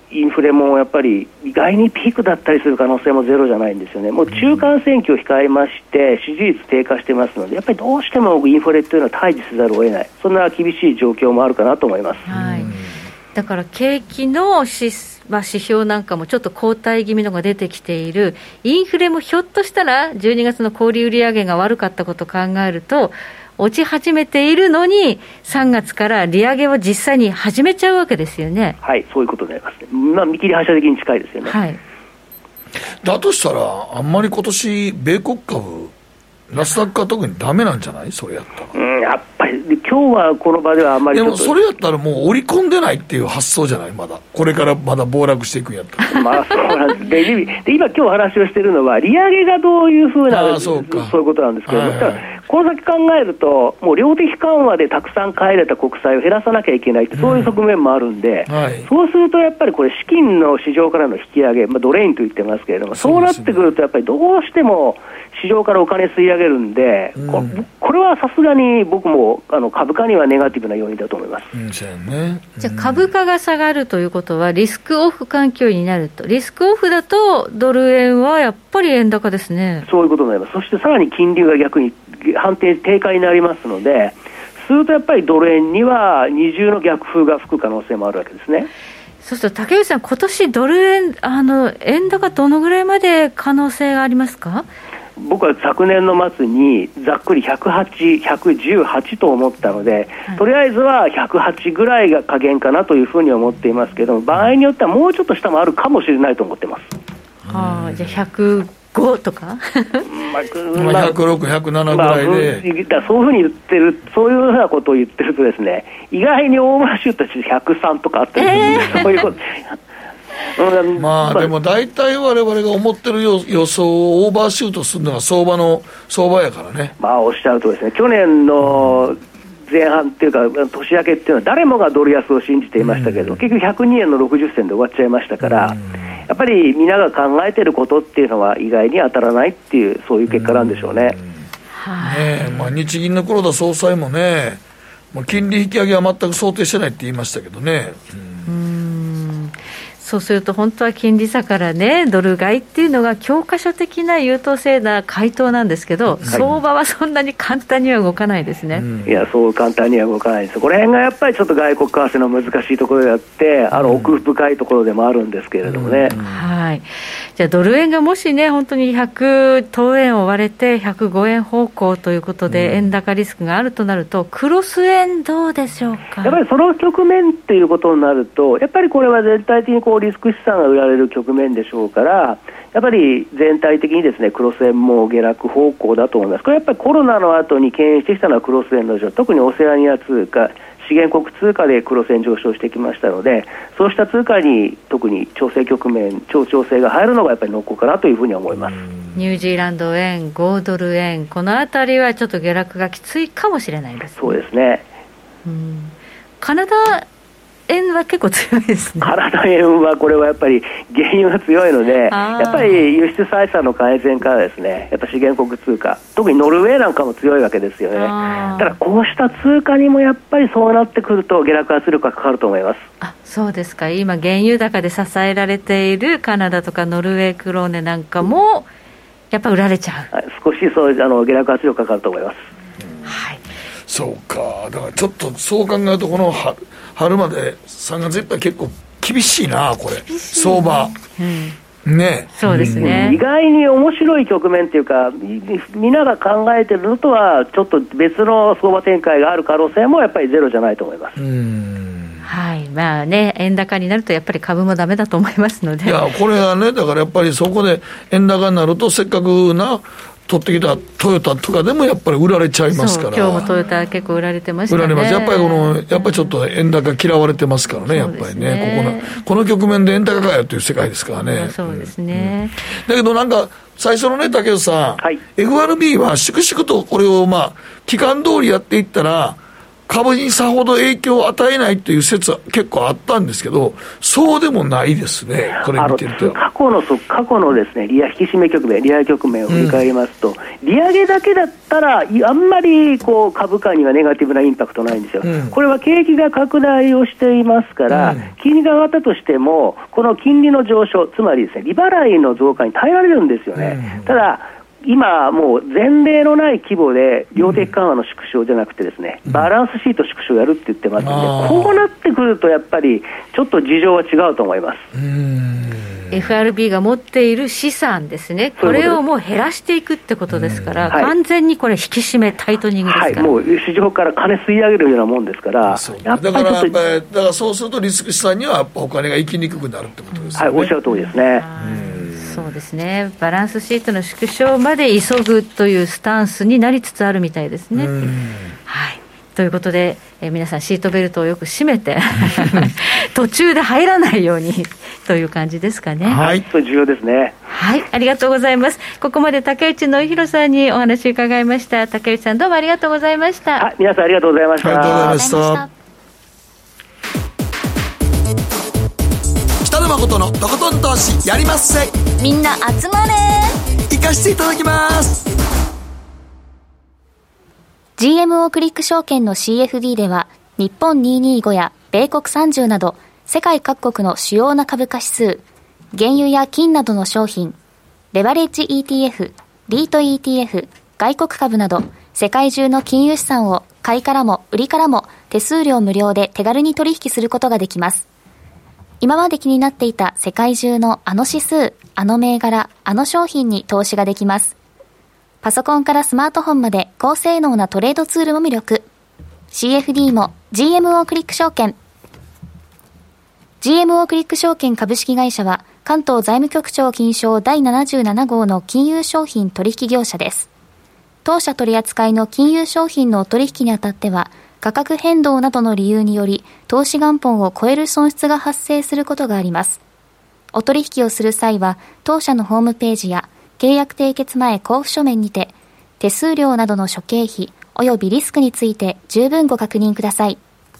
インフレもやっぱり意外にピークだったりする可能性もゼロじゃないんですよね。もう中間選挙を控えまして支持率低下してますので、やっぱりどうしてもインフレというのは対峙せざるを得ない、そんな厳しい状況もあるかなと思います。 はい、だから景気の指まあ、指標なんかもちょっと後退気味のが出てきている。インフレもひょっとしたらじゅうにがつの小売売上が悪かったことを考えると落ち始めているのにさんがつから利上げを実際に始めちゃうわけですよね。 はい、そういうことになりますね。まあ、見切り発車的に近いですよね。 はい、 だとしたらあんまり今年米国株ナスダックは特にダメなんじゃない？それやったら、 うん、やっぱり今日はこの場ではあんまりちょっと、 でもそれやったらもう織り込んでないっていう発想じゃない？まだこれからまだ暴落していくんやったらまあそうなんですでで今今日話をしているのは利上げがどういうふうなそうかそういうことなんですけど、はいはい、この先考えるともう量的緩和でたくさん買えれた国債を減らさなきゃいけないって、そういう側面もあるんで、うんはい、そうするとやっぱりこれ資金の市場からの引き上げ、まあ、ドレインと言ってますけれども、そうなってくるとやっぱりどうしても市場からお金吸い上げるんで、うん、こ, これはさすがに僕もあの株価にはネガティブな要因だと思います。 うんそうね、 じゃあ株価が下がるということはリスクオフ環境になると。リスクオフだとドル円はやっぱり円高ですね。 そういうことになります。そしてさらに金利が逆に判定低下になりますので、するとやっぱりドル円には二重の逆風が吹く可能性もあるわけですね。 そうすると竹内さん、今年ドル円あの円高どのぐらいまで可能性がありますか？ 僕は昨年の末にざっくりひゃくはち、ひゃくじゅうはちと思ったので、はい、とりあえずはひゃくはちぐらいが下限かなというふうに思っていますけども、場合によってはもうちょっと下もあるかもしれないと思ってます。 ああ、じゃあひゃくごとかまあ、ひゃくろく、ひゃくななぐらいで、 まあ、そういうふうに言ってる、そういうふうなことを言ってるとですね、意外にオーバーシュートしてひゃくさんとかあったりするんで、えー、そういうことまあでも大体我々が思ってる予想をオーバーシュートするのが相場の相場やからね。 まあおっしゃるとですね、去年の前半っていうか年明けっていうのは誰もがドル安を信じていましたけど、うん、結局ひゃくにえんのろくじゅっせんで終わっちゃいましたから、うん、やっぱりみんなが考えてることっていうのは意外に当たらないっていう、そういう結果なんでしょうね。うんねえ、まあ、日銀の黒田総裁もね、まあ、金利引き上げは全く想定してないって言いましたけどね。うん、うーん、そうすると本当は金利差からねドル買いっていうのが教科書的な優等生な回答なんですけど、はい、相場はそんなに簡単には動かないですね。うん、 いやそう簡単には動かないです。この辺がやっぱりちょっと外国為替の難しいところであって、あの奥深いところでもあるんですけれどもね。 うんうん、はい。じゃあドル円がもしね本当にひゃく等円を割れてひゃくごえん方向ということで、うん、円高リスクがあるとなるとクロス円どうでしょうか。 やっぱりその局面っていうことになると、やっぱりこれは全体的にこうリスク資産が売られる局面でしょうから、やっぱり全体的にですねクロス円も下落方向だと思います。これやっぱりコロナの後に牽引してきたのはクロス円の上昇、特にオセアニア通貨、資源国通貨でクロス円上昇してきましたので、そうした通貨に特に調整局面、超調整が入るのがやっぱり濃厚かなというふうに思います。 ニュージーランド円、ごドル円、このあたりはちょっと下落がきついかもしれないです、ね、 そうですね。 うん、カナダ円は結構強いですね。 カナダ円はこれはやっぱり原油が強いので、やっぱり輸出採算の改善からですね、やっぱ資源国通貨、特にノルウェーなんかも強いわけですよね。だからこうした通貨にもやっぱりそうなってくると下落圧力がかかると思います。 あ、そうですか。今原油高で支えられているカナダとかノルウェークローネなんかもやっぱ売られちゃう、 はい、少しそうあの下落圧力がかかると思います。 うん、はい。そうか。だからちょっとそう考えるとこの春春までさんがついったら結構厳しいなこれ、ね、相場、うん、ね。 そうですね、 うん、意外に面白い局面というか、みんなが考えてるのとはちょっと別の相場展開がある可能性もやっぱりゼロじゃないと思います。 うん、はい。まあね、円高になるとやっぱり株もダメだと思いますので、 いやこれはね、だからやっぱりそこで円高になるとせっかくな取ってきたトヨタとかでもやっぱり売られちゃいますから。 今日もトヨタ結構売られてましたね。 売られます。やっぱりこのやっぱりちょっと円高嫌われてますからね、やっぱりね。ここのこの局面で円高かよという世界ですからね。 そうですね。 うんうん、だけどなんか最初のね竹内さん、はい、エフアールビー は粛々とこれをまあ期間通りやっていったら株にさほど影響を与えないという説は結構あったんですけど、そうでもないですね、これ見てると。 過去の過去のですね、利上引き締め局面、利上げ局面を振り返りますと、うん、利上げだけだったらあんまりこう株価にはネガティブなインパクトないんですよ、うん、これは景気が拡大をしていますから、うん、金利が上がったとしてもこの金利の上昇、つまりですね、利払いの増加に耐えられるんですよね、うん、ただ今もう前例のない規模で量的緩和の縮小じゃなくてですね、バランスシート縮小やるって言ってますので、こうなってくるとやっぱりちょっと事情は違うと思います。 うーん、エフアールビー が持っている資産ですね、これをもう減らしていくってことですから、はい、完全にこれ引き締めタイトニングですから、 はい、もう市場から金吸い上げるようなもんですから、 やっぱりだからやっぱりだからそうするとリスク資産にはやっぱお金が行きにくくなるってことですよね、 はい、おっしゃる通りですね。 そうですね、バランスシートの縮小まで急ぐというスタンスになりつつあるみたいですね。はい、ということで、えー、皆さんシートベルトをよく締めて途中で入らないようにという感じですかね。 はい、重要ですね。 はい、ありがとうございます。ここまで竹内典弘さんにお話を伺いました。竹内さん、どうもありがとうございました。 はい、皆さんありがとうございました。 ありがとうございました。北野誠のとことん投資やりまっせ。 みんな集まれ。 行かしていただきます。 ジーエムオー クリック証券の シーエフディー では日本にひゃくにじゅうごや米国さんじゅうなど世界各国の主要な株価指数、原油や金などの商品、レバレッジ イーティーエフ、リート イーティーエフ、外国株など世界中の金融資産を買いからも売りからも手数料無料で手軽に取引することができます。今まで気になっていた世界中のあの指数、あの銘柄、あの商品に投資ができます。パソコンからスマートフォンまで高性能なトレードツールも魅力。シーエフディー も ジーエムオー クリック証券。ジーエムオー クリック証券株式会社は関東財務局長金賞だいななじゅうなな号の金融商品取引業者です。当社取扱いの金融商品の取引にあたっては価格変動などの理由により投資元本を超える損失が発生することがあります。お取引をする際は当社のホームページや契約締結前交付書面にて手数料などの諸経費およびリスクについて十分ご確認ください。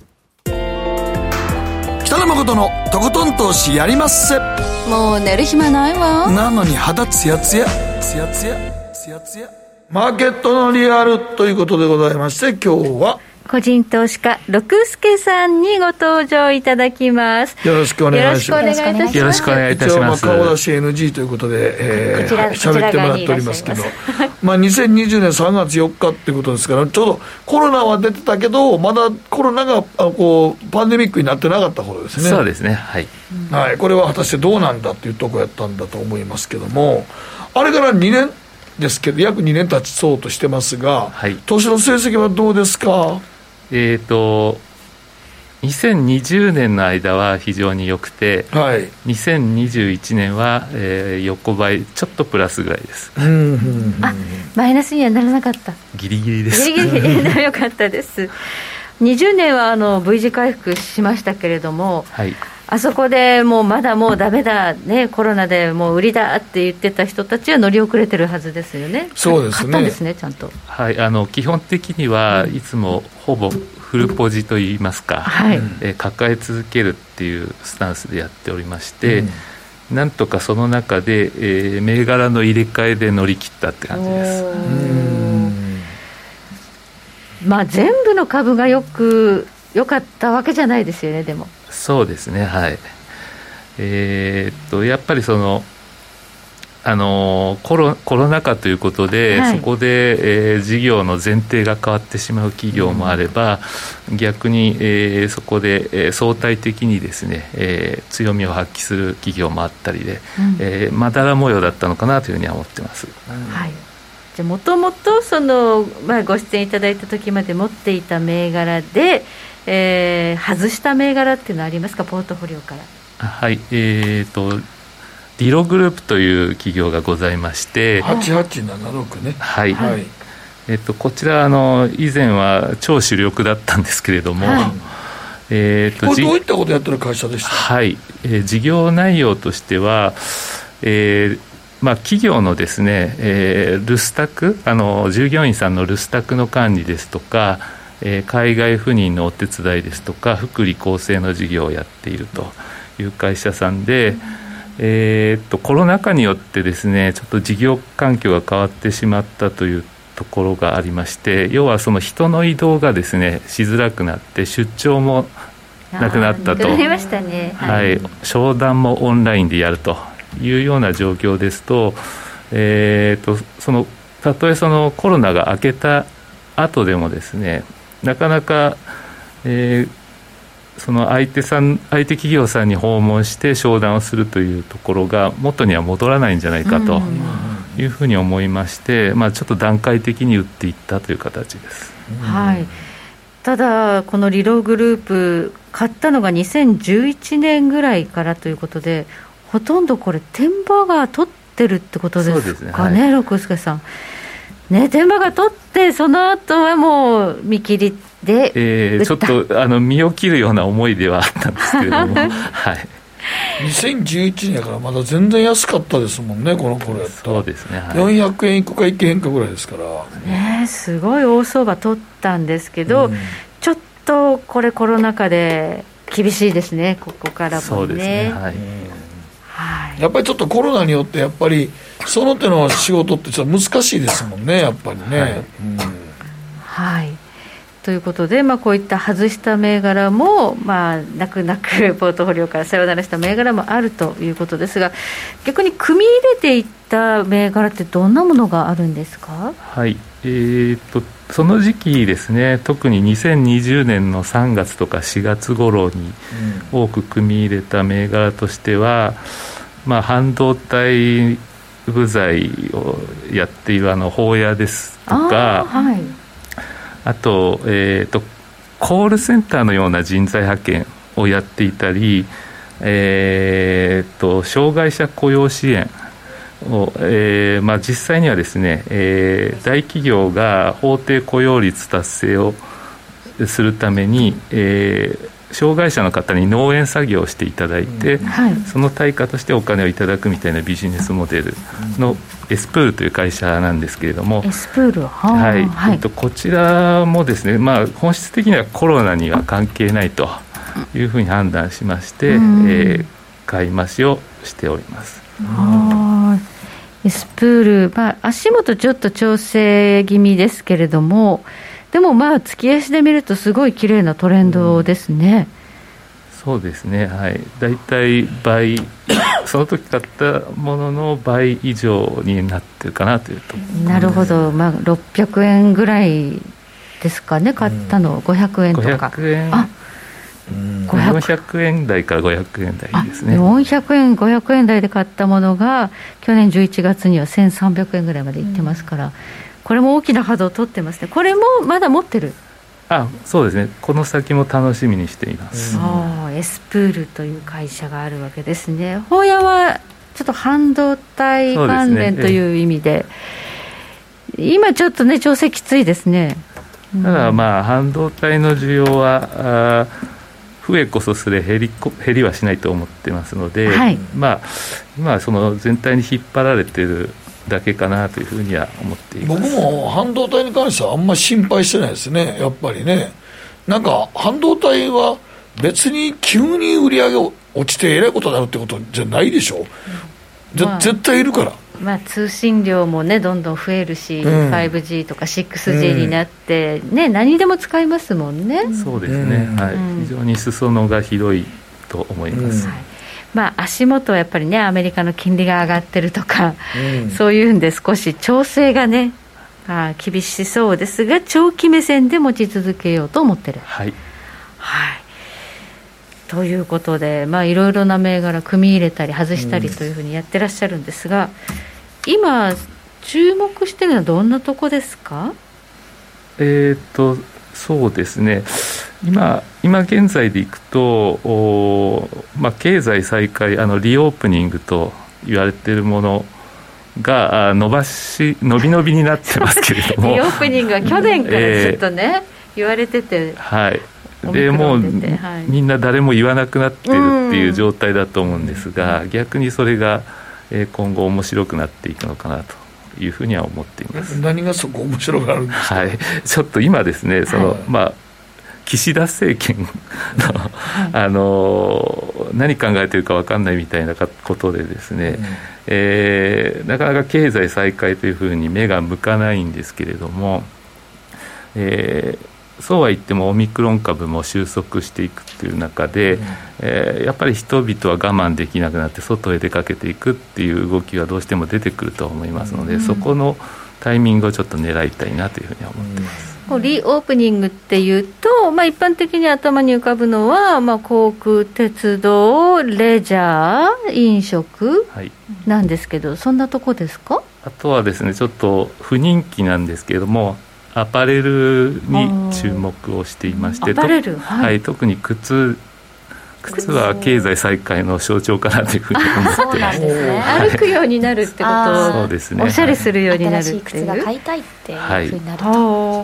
北野誠のとことん投資やりまっせ。 もう寝る暇ないわ。 なのに肌ツヤツヤツヤツヤツヤツヤ。マーケットのリアルということでございまして、今日は個人投資家六助さんにご登場いただきます。 よろしくお願いします。 よろしくお願いいたします。 一応まあ顔出し エヌジー ということで、えー、喋ってもらっておりますけどまあにせんにじゅうねんさんがつよっかっていうことですから、ちょうどコロナは出てたけどまだコロナがこうパンデミックになってなかった頃ですね。 そうですね、はい、 はい、これは果たしてどうなんだっていうところやったんだと思いますけども、あれからにねんですけど約にねん経ちそうとしてますが、はい、投資の成績はどうですか？ えーとにせんにじゅうねんの間は非常に良くて、はい、にせんにじゅういちねんは、えー、横ばいちょっとプラスぐらいです。うんうんうん、 あ、マイナスにはならなかった。 ギリギリです。 ギリギリで良かったです。にじゅうねんはあの V 字回復しましたけれども、はい、あそこでもうまだもうダメだ、ね、コロナでもう売りだって言ってた人たちは乗り遅れてるはずですよね。 そうですね。 買ったんですね、ちゃんと。 はい、あの基本的にはいつもほぼフルポジといいますか、はい、えー、抱え続けるっていうスタンスでやっておりまして、うん、なんとかその中で、えー、銘柄の入れ替えで乗り切ったって感じです。うーん、 まあ、全部の株がよく良かったわけじゃないですよね。でもそうですね、はい、えー、っとやっぱりそのあのコロ、コロナ禍ということで、はい、そこで、えー、事業の前提が変わってしまう企業もあれば、うん、逆に、えー、そこで、えー、相対的にですね、えー、強みを発揮する企業もあったりで、うん、えー、まだら模様だったのかなというふうには思ってます。うん、 はい、じゃあもともとその、まあ、ご出演いただいた時まで持っていた銘柄で、えー、外した銘柄っていうのはありますか、ポートフォリオから。 はい、えーとディログループという企業がございまして、 はちはちななろくね、 はい、はい、えっと、こちらあの以前は超主力だったんですけれども、はい、えー、とこれどういったことやってる会社でしたか？ はい、えー、事業内容としては、えーまあ、企業のですね、えー、留守宅、あの従業員さんの留守宅の管理ですとか、 えー、海外赴任のお手伝いですとか福利厚生の事業をやっているという会社さんで、えー、っとコロナ禍によってですねちょっと事業環境が変わってしまったというところがありまして、要はその人の移動がですねしづらくなって出張もなくなったと、 なりましたね、 はい、商談もオンラインでやるというような状況ですと、えー、とそのたとえそのコロナが明けた後でもですねなかなか、えー、その相手さん相手企業さんに訪問して商談をするというところが元には戻らないんじゃないかというふうに思いまして、まあ、ちょっと段階的に打っていったという形です。 はい、ただこのリローグループ買ったのがにせんじゅういちねんぐらいからということで、ほとんどこれ天場が取ってるってことですかね、六輔さんね。天場が取ってその後はもう見切りで、 えー、ちょっとあの身を切るような思いではあったんですけれども、はい、 にせんじゅういちねんやからまだ全然安かったですもんね、この頃やったら。 そうですね、はい、 よんひゃくえんいくかいけへんかぐらいですからね。すごい大相場取ったんですけど、うん、ちょっとこれコロナ禍で厳しいですね、ここからもね。 そうですね、はい、 はい、 やっぱりちょっとコロナによってやっぱりその手の仕事ってちょっと難しいですもんね、やっぱりね、はい、うん、 はい、ということで、まあ、こういった外した銘柄も、まあ、泣く泣くポートフォリオからさよならした銘柄もあるということですが、逆に組み入れていった銘柄ってどんなものがあるんですか？ はい、えー、とその時期ですね、特ににせんにじゅうねんのさんがつとかしがつ頃に多く組み入れた銘柄としては、まあ、半導体部材をやっているあの宝屋ですとか、 あ、はい、 あと、えーと、コールセンターのような人材派遣をやっていたり、えーと、障害者雇用支援を、えーまあ、実際にはですね、えー、大企業が法定雇用率達成をするために、えー障害者の方に農園作業をしていただいて、うん、はい、その対価としてお金をいただくみたいなビジネスモデルのエスプールという会社なんですけれども、 エスプール、は、 はい、はい、えっと、こちらもですね、まあ、本質的にはコロナには関係ないというふうに判断しまして、うん、えー、買い増しをしております。 あ、エスプール、まあ、足元ちょっと調整気味ですけれども、でもまあ月足で見るとすごい綺麗なトレンドですね、 うん、そうですね、はい、だいたい倍その時買ったものの倍以上になってるかなというと。 なるほど、まあ、ろっぴゃくえんぐらいですかね、買ったの、うん、ごひゃくえんとか、ごひゃくえん、あ、 うん、よんひゃくえん台からごひゃくえん台ですね。 よんひゃくえんごひゃくえん台で買ったものが去年じゅういちがつにはせんさんびゃくえんぐらいまでいってますから、うん、これも大きな波動を取ってますね。これもまだ持ってる？ あ、そうですね、この先も楽しみにしています、 うん、あ、エスプールという会社があるわけですね。宝屋はちょっと半導体関連という意味 で, で、ね、えー、今ちょっとね調整きついですね。 ただまあ半導体の需要は増えこそすれ減りこ減りはしないと思ってますので、はい、まあ、今はその全体に引っ張られているだけかなというふうには思っています。 僕も半導体に関してはあんまり心配してないですね、やっぱりね。なんか半導体は別に急に売り上げ落ちてえらいことになるってことじゃないでしょ、うん、まあ、絶対いるから、 まあ、通信量もねどんどん増えるし、うん、ファイブジー とか シックスジー になって、うん、ね、何でも使いますもんね。 そうですね、うん、はい、非常に裾野が広いと思います、うん、はい、 まあ、足元はやっぱりねアメリカの金利が上がってるとか、うん、そういうんで少し調整がね、まあ、厳しそうですが長期目線で持ち続けようと思ってる、 はい、 はい、ということで、まあ、いろいろな銘柄組み入れたり外したりというふうにやってらっしゃるんですが、うん、今注目してるのはどんなとこですか？ えーとそうですね、今, 今現在でいくと、まあ、経済再開、あのリオープニングと言われているものが伸ばし伸び伸びになってますけれどもリオープニングは去年からずっとね、えー、言われてて、 はい、でもう、はい、みんな誰も言わなくなっているっていう状態だと思うんですが、逆にそれが今後面白くなっていくのかなというふうには思っています。 何がそこ面白がるんですか。 はい、ちょっと今ですねその、はい、まあ岸田政権の、あの何考えてるか分かんないみたいなことでですね、うんえー、なかなか経済再開というふうに目が向かないんですけれども、えー、そうは言ってもオミクロン株も収束していくという中で、うんえー、やっぱり人々は我慢できなくなって外へ出かけていくっていう動きがどうしても出てくると思いますので、うん、そこのタイミングをちょっと狙いたいなというふうに思っています。 うん、リオープニングっていうと、まあ、一般的に頭に浮かぶのは、まあ、航空、鉄道、レジャー、飲食なんですけど、はい、そんなとこですか。 あとはですねちょっと不人気なんですけれどもアパレルに注目をしていまして、 アパレル、はいはい、特に靴靴は経済再開の象徴かなというふうに思ってます。 そうなんですね。 歩くようになるってことをそうですね、 おしゃれするようになるっていう、 新しい靴が買いたいっていうふうになると、 はい、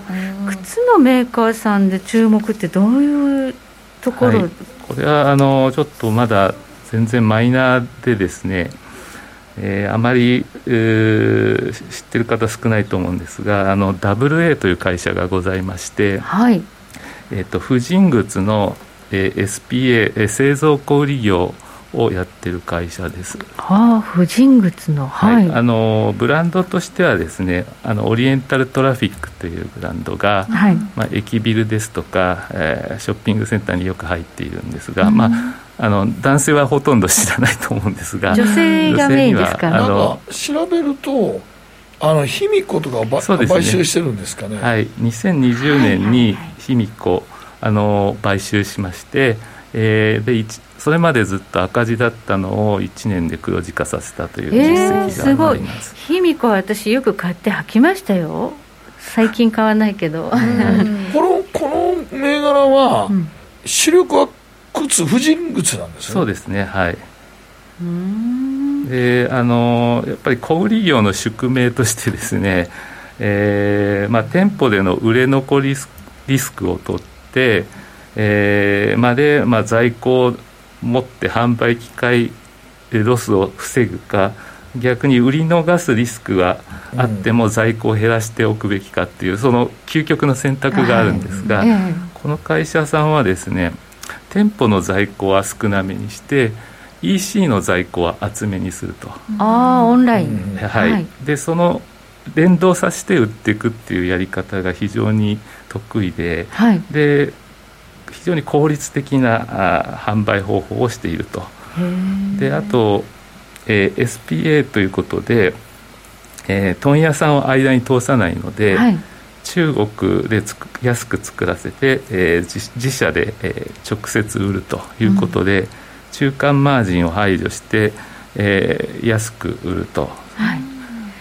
靴のメーカーさんで注目ってどういうところ、はい、 これはあのちょっとまだ全然マイナーでですね、えー、あまり、えー、知ってる方少ないと思うんですが、あの ダブリューエー という会社がございまして、 はいえー、と婦人靴のえー、エスピーエー、えー、製造小売業をやってる会社です。 はあ、婦人靴の、はい、 はい、あのブランドとしてはですね、あのオリエンタルトラフィックというブランドが、はい、まあ、駅ビルですとか、えー、ショッピングセンターによく入っているんですが、うん、まあ、あの男性はほとんど知らないと思うんですが、 女性がメインですかね。 なんか調べるとあの卑弥呼とかを、ね、買収してるんですかね。 はい、にせんにじゅうねんに卑弥呼あの買収しまして、えー、でそれまでずっと赤字だったのをいちねんで黒字化させたという実績があります。 えー、すごい。卑弥呼は私よく買って履きましたよ。最近買わないけどこの、この銘柄は、うん、主力は靴、婦人靴なんですね。 そうですね、はい。うーんであのやっぱり小売業の宿命としてですね、えーまあ、店舗での売れ残りリスクを取ってえー、まで、まあ、在庫を持って販売機会でロスを防ぐか、逆に売り逃すリスクがあっても在庫を減らしておくべきかっていう、その究極の選択があるんですが、はい、この会社さんはですね、店舗の在庫は少なめにして イーシー の在庫は厚めにすると。 あ、オンライン、 はいはい、でその連動させて売っていくっていうやり方が非常に得意で、はい、で非常に効率的なあ販売方法をしていると。であと、えー、エスピーエー ということで、えー、問屋さんを間に通さないので、はい、中国でつく安く作らせて、えー、自, 自社で、えー、直接売るということで、うん、中間マージンを排除して、えー、安く売ると、はい、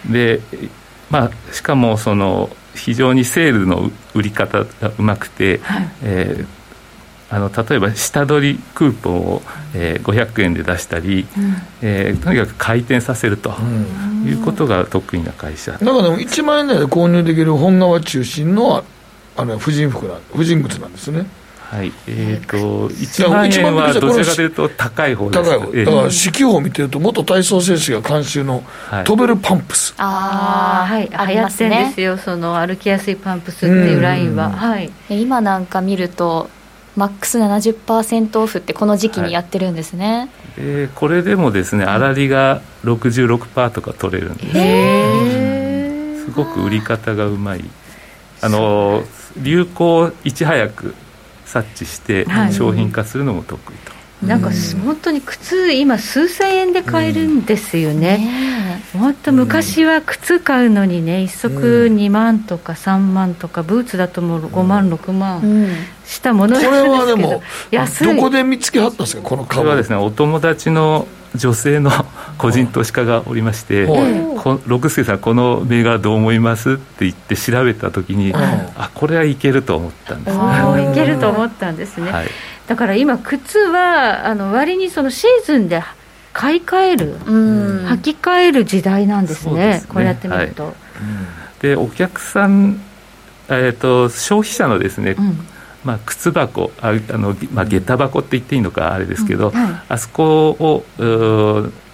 でまあ、しかもその非常にセールの売り方がうまくて、はい、えー、あの例えば下取りクーポンを、えー、ごひゃくえんで出したり、うん、えー、とにかく回転させるということが得意な会社。 だからでもいちまんえん台で購入できる本革中心の、あの婦人服な婦人靴なんですね。 はい、えー、といちまんえんはどちらかというと高い方です。 高い方、えー、だから四季報を見てると元体操選手が監修のトベルパンプス、 はい、ああ、はい、流行ってんですよ、その歩きやすいパンプスっていうラインは、はい、 今なんか見るとマックス ななじゅっパーセント オフってこの時期にやってるんですね。はい、 えー、これでもですね、粗利が ろくじゅうろくパーセント とか取れるんです。 へすごく売り方がうまい。あの流行をいち早く察知して商品化するのも得意と、はい、 なんか本当に靴今数千円で買えるんですよね。本当、昔は靴買うのにね、一足にまんとかさんまんとか、ブーツだともうごまんろくまんしたものなんですけど、これはでも安い。どこで見つけはったんですか、この株。 これはですね、お友達の女性の個人投資家がおりまして、こ六輔さんこの銘柄どう思いますって言って調べた時に、あ、これはいけると思ったんですね。 いけると思ったんですね。はい、だから今靴はあの割にそのシーズンで買い替える、履き替える時代なんですね。ですね、こうやって見ると、はい、 でお客さん、えー、と消費者のですね、うん、まあ、靴箱、ああの、まあ、下駄箱って言っていいのかあれですけど、うん、はい、あそこを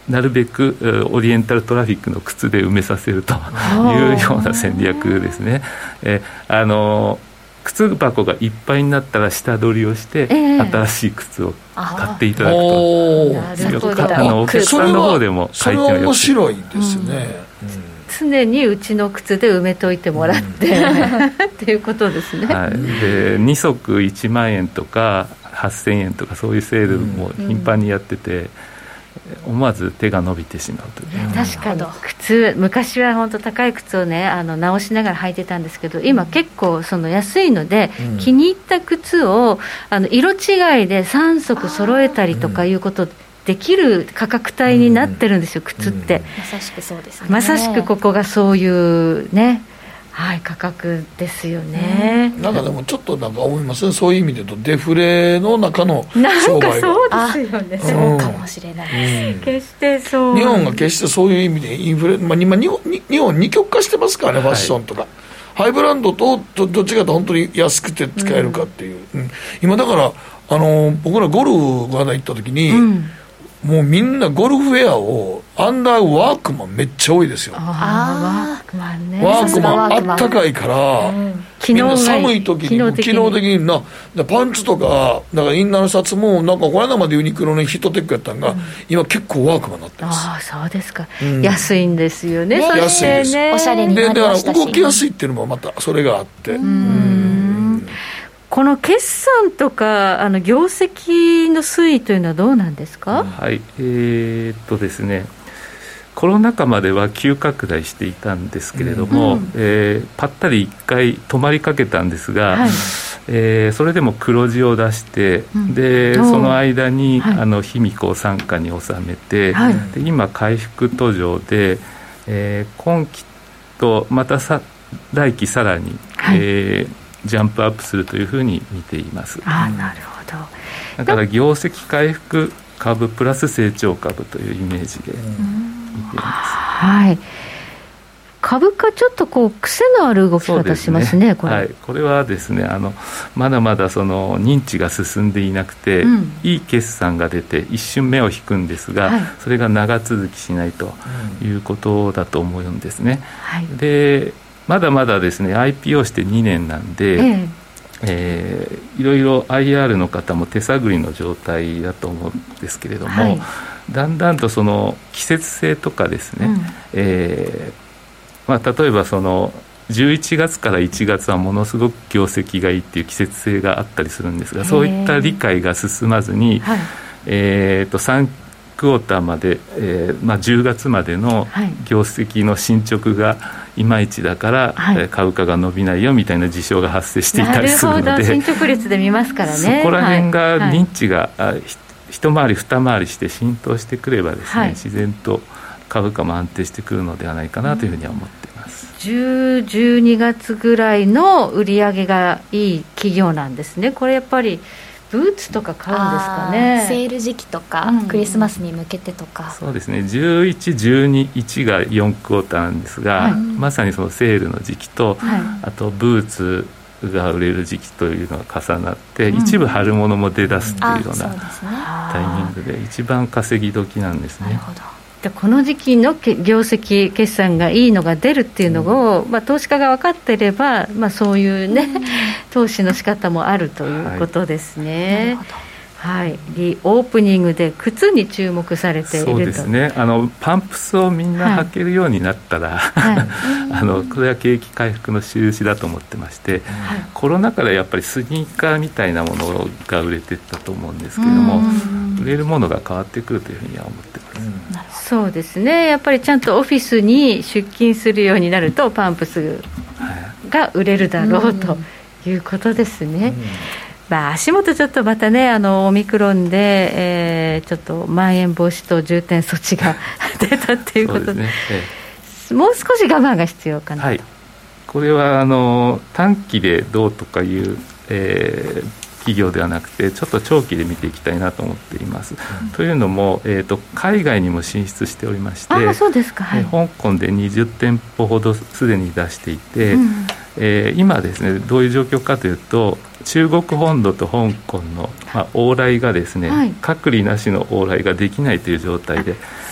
なるべくオリエンタルトラフィックの靴で埋めさせるというような戦略ですね。えあの靴箱がいっぱいになったら下取りをして、えー、新しい靴を買っていただくと、あのお客さんの方でもそれは面白いですよね、 うん、常にうちの靴で埋めといてもらって、うん、っていうことですね、 はい、でに足いちまんえんとかはっせんえんとかそういうセールも頻繁にやってて、うん思わず手が伸びてしまうという、 うん、確かに靴昔は本当高い靴をねあの直しながら履いてたんですけど今結構その安いので、うん、気に入った靴をあの色違いでさん足揃えたりとかいうことできる価格帯になってるんですよ、うん、靴って、うん、 まさしくそうですね。 まさしくここがそういうねはい、価格ですよね、 うん、なんかでもちょっとなんか思いますねそういう意味で言うとデフレの中の商売がなんかそうですよね、 うん、そうかもしれないです、 うん、決してそう日本が決してそういう意味でインフレ、まあ、今日本、日本二極化してますからね、ファッションとか、はい、ハイブランドとどっちかと本当に安くて使えるかっていう、うんうん、今だからあの僕らゴルフが行った時に、うんもうみんなゴルフウェアをアンダーワークマンめっちゃ多いですよ。 あワークマンね。 ワークマンあったかいから、うん、みんな寒い時に機能的に、機能的になパンツとかだからインナーのシャツもなんかこの間までユニクロのヒットテックやったんが、うん、今結構ワークマンになってます。 ああそうですか、うん、安いんですよね。そしてね、 安いです。 おしゃれになりましたし、 でだから動きやすいっていうのもまたそれがあって。うんうんこの決算とかあの業績の推移というのはどうなんですか。 はいえー、っとですねコロナ禍までは急拡大していたんですけれども、うんえー、ぱったりいっかい止まりかけたんですが、はいえー、それでも黒字を出して、うん、でその間に、はい、あの卑弥呼を傘下に収めて、はい、で今回復途上で、えー、今期とまたさ来期さらに、はいえージャンプアップするというふうに見ています。 あなるほど。 だから業績回復株プラス成長株というイメージで見ています。 はい。株価ちょっとこう癖のある動き方しますね。これ、 はい、これはですねあのまだまだその認知が進んでいなくて、うん、いい決算が出て一瞬目を引くんですが、はい、それが長続きしないということだと思うんですね。はい、でまだまだですね アイピーオー してにねんなんで、えええー、いろいろ アイアール の方も手探りの状態だと思うんですけれども、はい、だんだんとその季節性とかですね、うんえーまあ、例えばそのじゅういちがつからいちがつはものすごく業績がいいっていう季節性があったりするんですがそういった理解が進まずに、はいえー、とさんクォーターまで、えーまあ、じゅうがつまでの業績の進捗がいまいちだから、はい、株価が伸びないよみたいな事象が発生していたりするのでなるほど進捗率で見ますからねそこら辺が認知が、はい、一回り二回りして浸透してくればですね、はい、自然と株価も安定してくるのではないかなというふうには思っています、 うん、じゅう、じゅうにがつぐらいの売り上げがいい企業なんですね。これやっぱりブーツとか買うんですかね。 セール時期とか、うん、クリスマスに向けてとか。 そうですねじゅういち、じゅうに、いちがよんクォーターなんですが、はい、まさにそのセールの時期と、はい、あとブーツが売れる時期というのが重なって、うん、一部春物も出だすというようなタイミングで一番稼ぎ時なんですね。なるほど。 でこの時期の業績決算がいいのが出るっていうのを、うんまあ、投資家が分かっていれば、まあ、そういうね、うん、投資の仕方もあるということですね、はい、はい、リオープニングで靴に注目されていると。 そうですねあのパンプスをみんな履けるようになったら、はい、あのこれは景気回復の印だと思ってまして、はい、コロナ禍でやっぱりスニーカーみたいなものが売れていったと思うんですけれども、売れるものが変わってくるというふうには思ってます、うんそうですねやっぱりちゃんとオフィスに出勤するようになるとパンプスが売れるだろうということですね、うんまあ、足元ちょっとまたねあのオミクロンで、えー、ちょっとまん延防止等重点措置が出たということで、ねええ、もう少し我慢が必要かなと、はい、 これはあの短期でどうとかいう、えー企業ではなくてちょっと長期で見ていきたいなと思っています、うん、というのも、えーと、海外にも進出しておりまして、 あ、そうですか、はい、 香港でにじゅってんぽほどすでに出していて、うんえー、今ですねどういう状況かというと中国本土と香港の、まあ、往来がですね、はい、隔離なしの往来ができないという状態で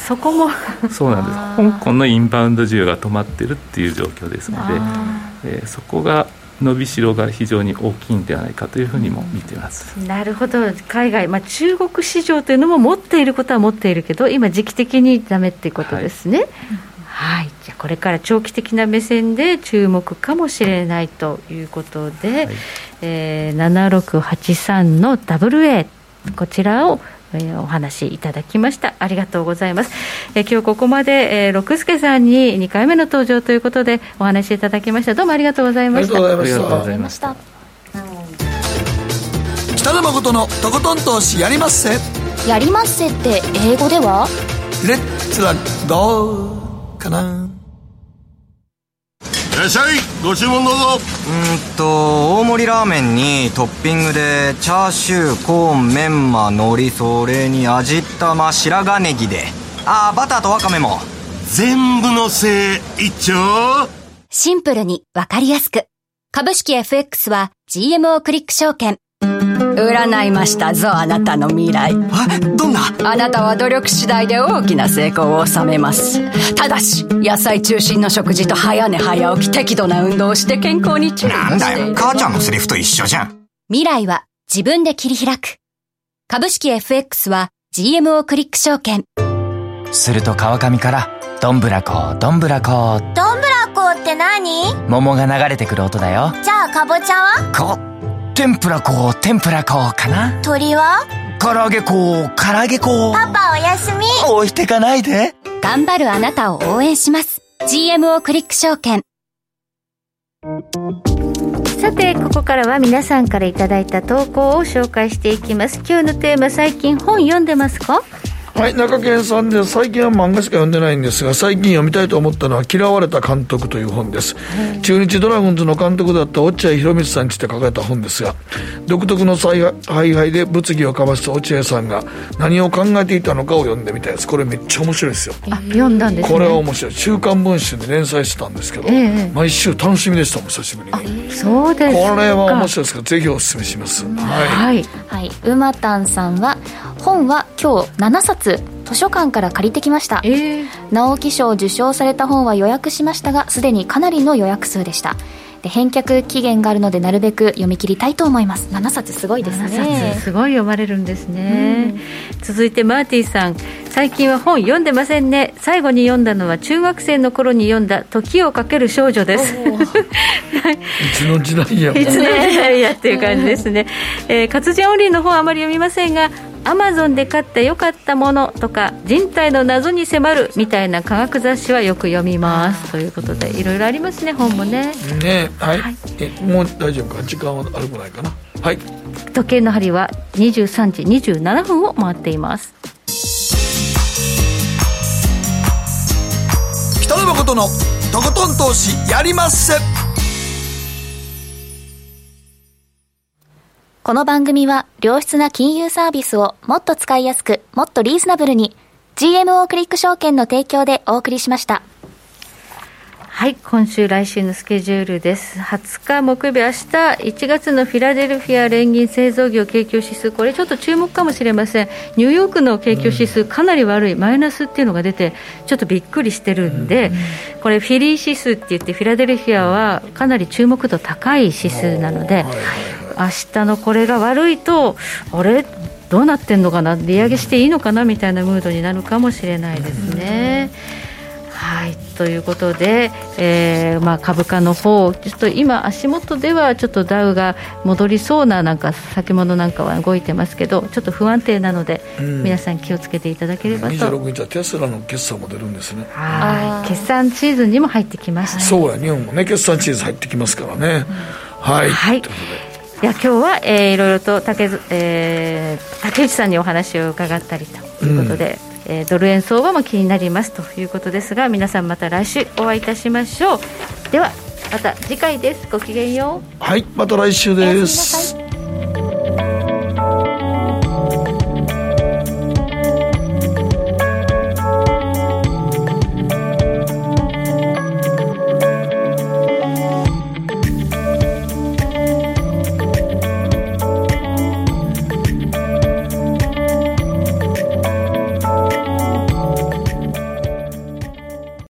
そこもそうなんです。香港のインバウンド需要が止まってるっていう状況ですので、えー、そこが伸びしろが非常に大きいんではないかというふうにも見ています。 なるほど。海外、まあ、中国市場というのも持っていることは持っているけど今時期的にダメっていうことですね。はいはい、じゃあこれから長期的な目線で注目かもしれないということで、はい、えー、ななろくはちさんの ダブルエー こちらを、えー、お話しいただきました。ありがとうございます。えー、今日ここまで、えー、六助さんににかいめの登場ということでお話しいただきました。どうもありがとうございました。 ありがとうございました。北野誠のとことん投資やりまっせ。 やりまっせって英語ではレッツはどうかな。 いらっしゃい、ご注文どうぞ。 うんと大盛りラーメンにトッピングでチャーシュー、コーン、メンマ、海苔、それに味玉、白髪ネギで、あーバターとワカメも全部のせい一丁。 シンプルにわかりやすく、株式 エフエックス は ジーエムオー クリック証券。 占いましたぞ、あなたの未来。 え、どんな？ あなたは努力次第で大きな成功を収めます。ただし野菜中心の食事と早寝早起き、適度な運動をして健康に注意している。 なんだよ、母ちゃんのセリフと一緒じゃん。 未来は自分で切り開く。株式 エフエックス は ジーエムオー クリック証券。 すると川上からどんぶらこどんぶらこ。 どんぶらこって何？ 桃が流れてくる音だよ。 じゃあかぼちゃは？ こ天ぷら粉天ぷら粉かな。 鳥は？ 唐揚げ粉唐揚げ粉。 パパおやすみ。 置いてかないで。 頑張るあなたを応援します。 ジーエムオー クリック証券。 さてここからは皆さんからいただいた投稿を紹介していきます。今日のテーマ、最近本読んでますか？ はい、中堅さんで、最近は漫画しか読んでないんですが、最近読みたいと思ったのは嫌われた監督という本です。中日ドラゴンズの監督だった落合博満さんにして書かれた本ですが、独特の采配で物議をかました落合さんが何を考えていたのかを読んでみたいです。これめっちゃ面白いですよ。 あ、読んだんですね。 これは面白い。週刊文春で連載してたんですけど、ええ、毎週楽しみでしたもん、久しぶりに。 そうですか。 これは面白いですからぜひお勧めします。はいはい、はい、うまたんさんは本は今日ななさつ図書館から借りてきました、えー、直木賞を受賞された本は予約しましたがすでにかなりの予約数でした。で返却期限があるのでなるべく読み切りたいと思います。ななさつすごいですね。ななさつすごい読まれるんですね。続いてマーティさん、最近は本読んでませんね。最後に読んだのは中学生の頃に読んだ時をかける少女です。いつの時代やいつの時代やっていう感じですね。えー、活字オンリーの本はあまり読みませんが、アマゾンで買ってよかったものとか人体の謎に迫るみたいな科学雑誌はよく読みますということで、いろいろありますね、本もね。 ね、はい、はい、えもう大丈夫か、時間はあるくないかな。はい、 時計の針はにじゅうさんじにじゅうななふんを回っています。 北野誠のとことん投資やりまっせ。 この番組は良質な金融サービスをもっと使いやすくもっとリーズナブルに ジーエムオー クリック証券の提供でお送りしました。 はい、今週来週のスケジュールです。はつか木曜日、明日いちがつのフィラデルフィア連銀製造業景況指数、これちょっと注目かもしれません。ニューヨークの景況指数かなり悪いマイナスっていうのが出てちょっとびっくりしてるんで、これフィリー指数って言ってフィラデルフィアはかなり注目度高い指数なので、明日のこれが悪いとあれどうなってんのかな、利上げしていいのかなみたいなムードになるかもしれないですね。はい、ということで、えーまあ、株価の方ちょっと今足元ではちょっとダウが戻りそうな、なんか先物なんかは動いてますけどちょっと不安定なので、うん、皆さん気をつけていただければと。 にじゅうろくにちはテスラの決算も出るんですね。 はい、決算シーズンにも入ってきました、ね、 そうや、日本もね決算シーズン入ってきますからね、うん、はい、 はい、ということでいや今日は、えー、いろいろと竹、えー、竹内さんにお話を伺ったりということで、うん、えー、ドル円相場も気になりますということですが、皆さんまた来週お会いいたしましょう。ではまた次回です。ごきげんよう。 はい、また来週です。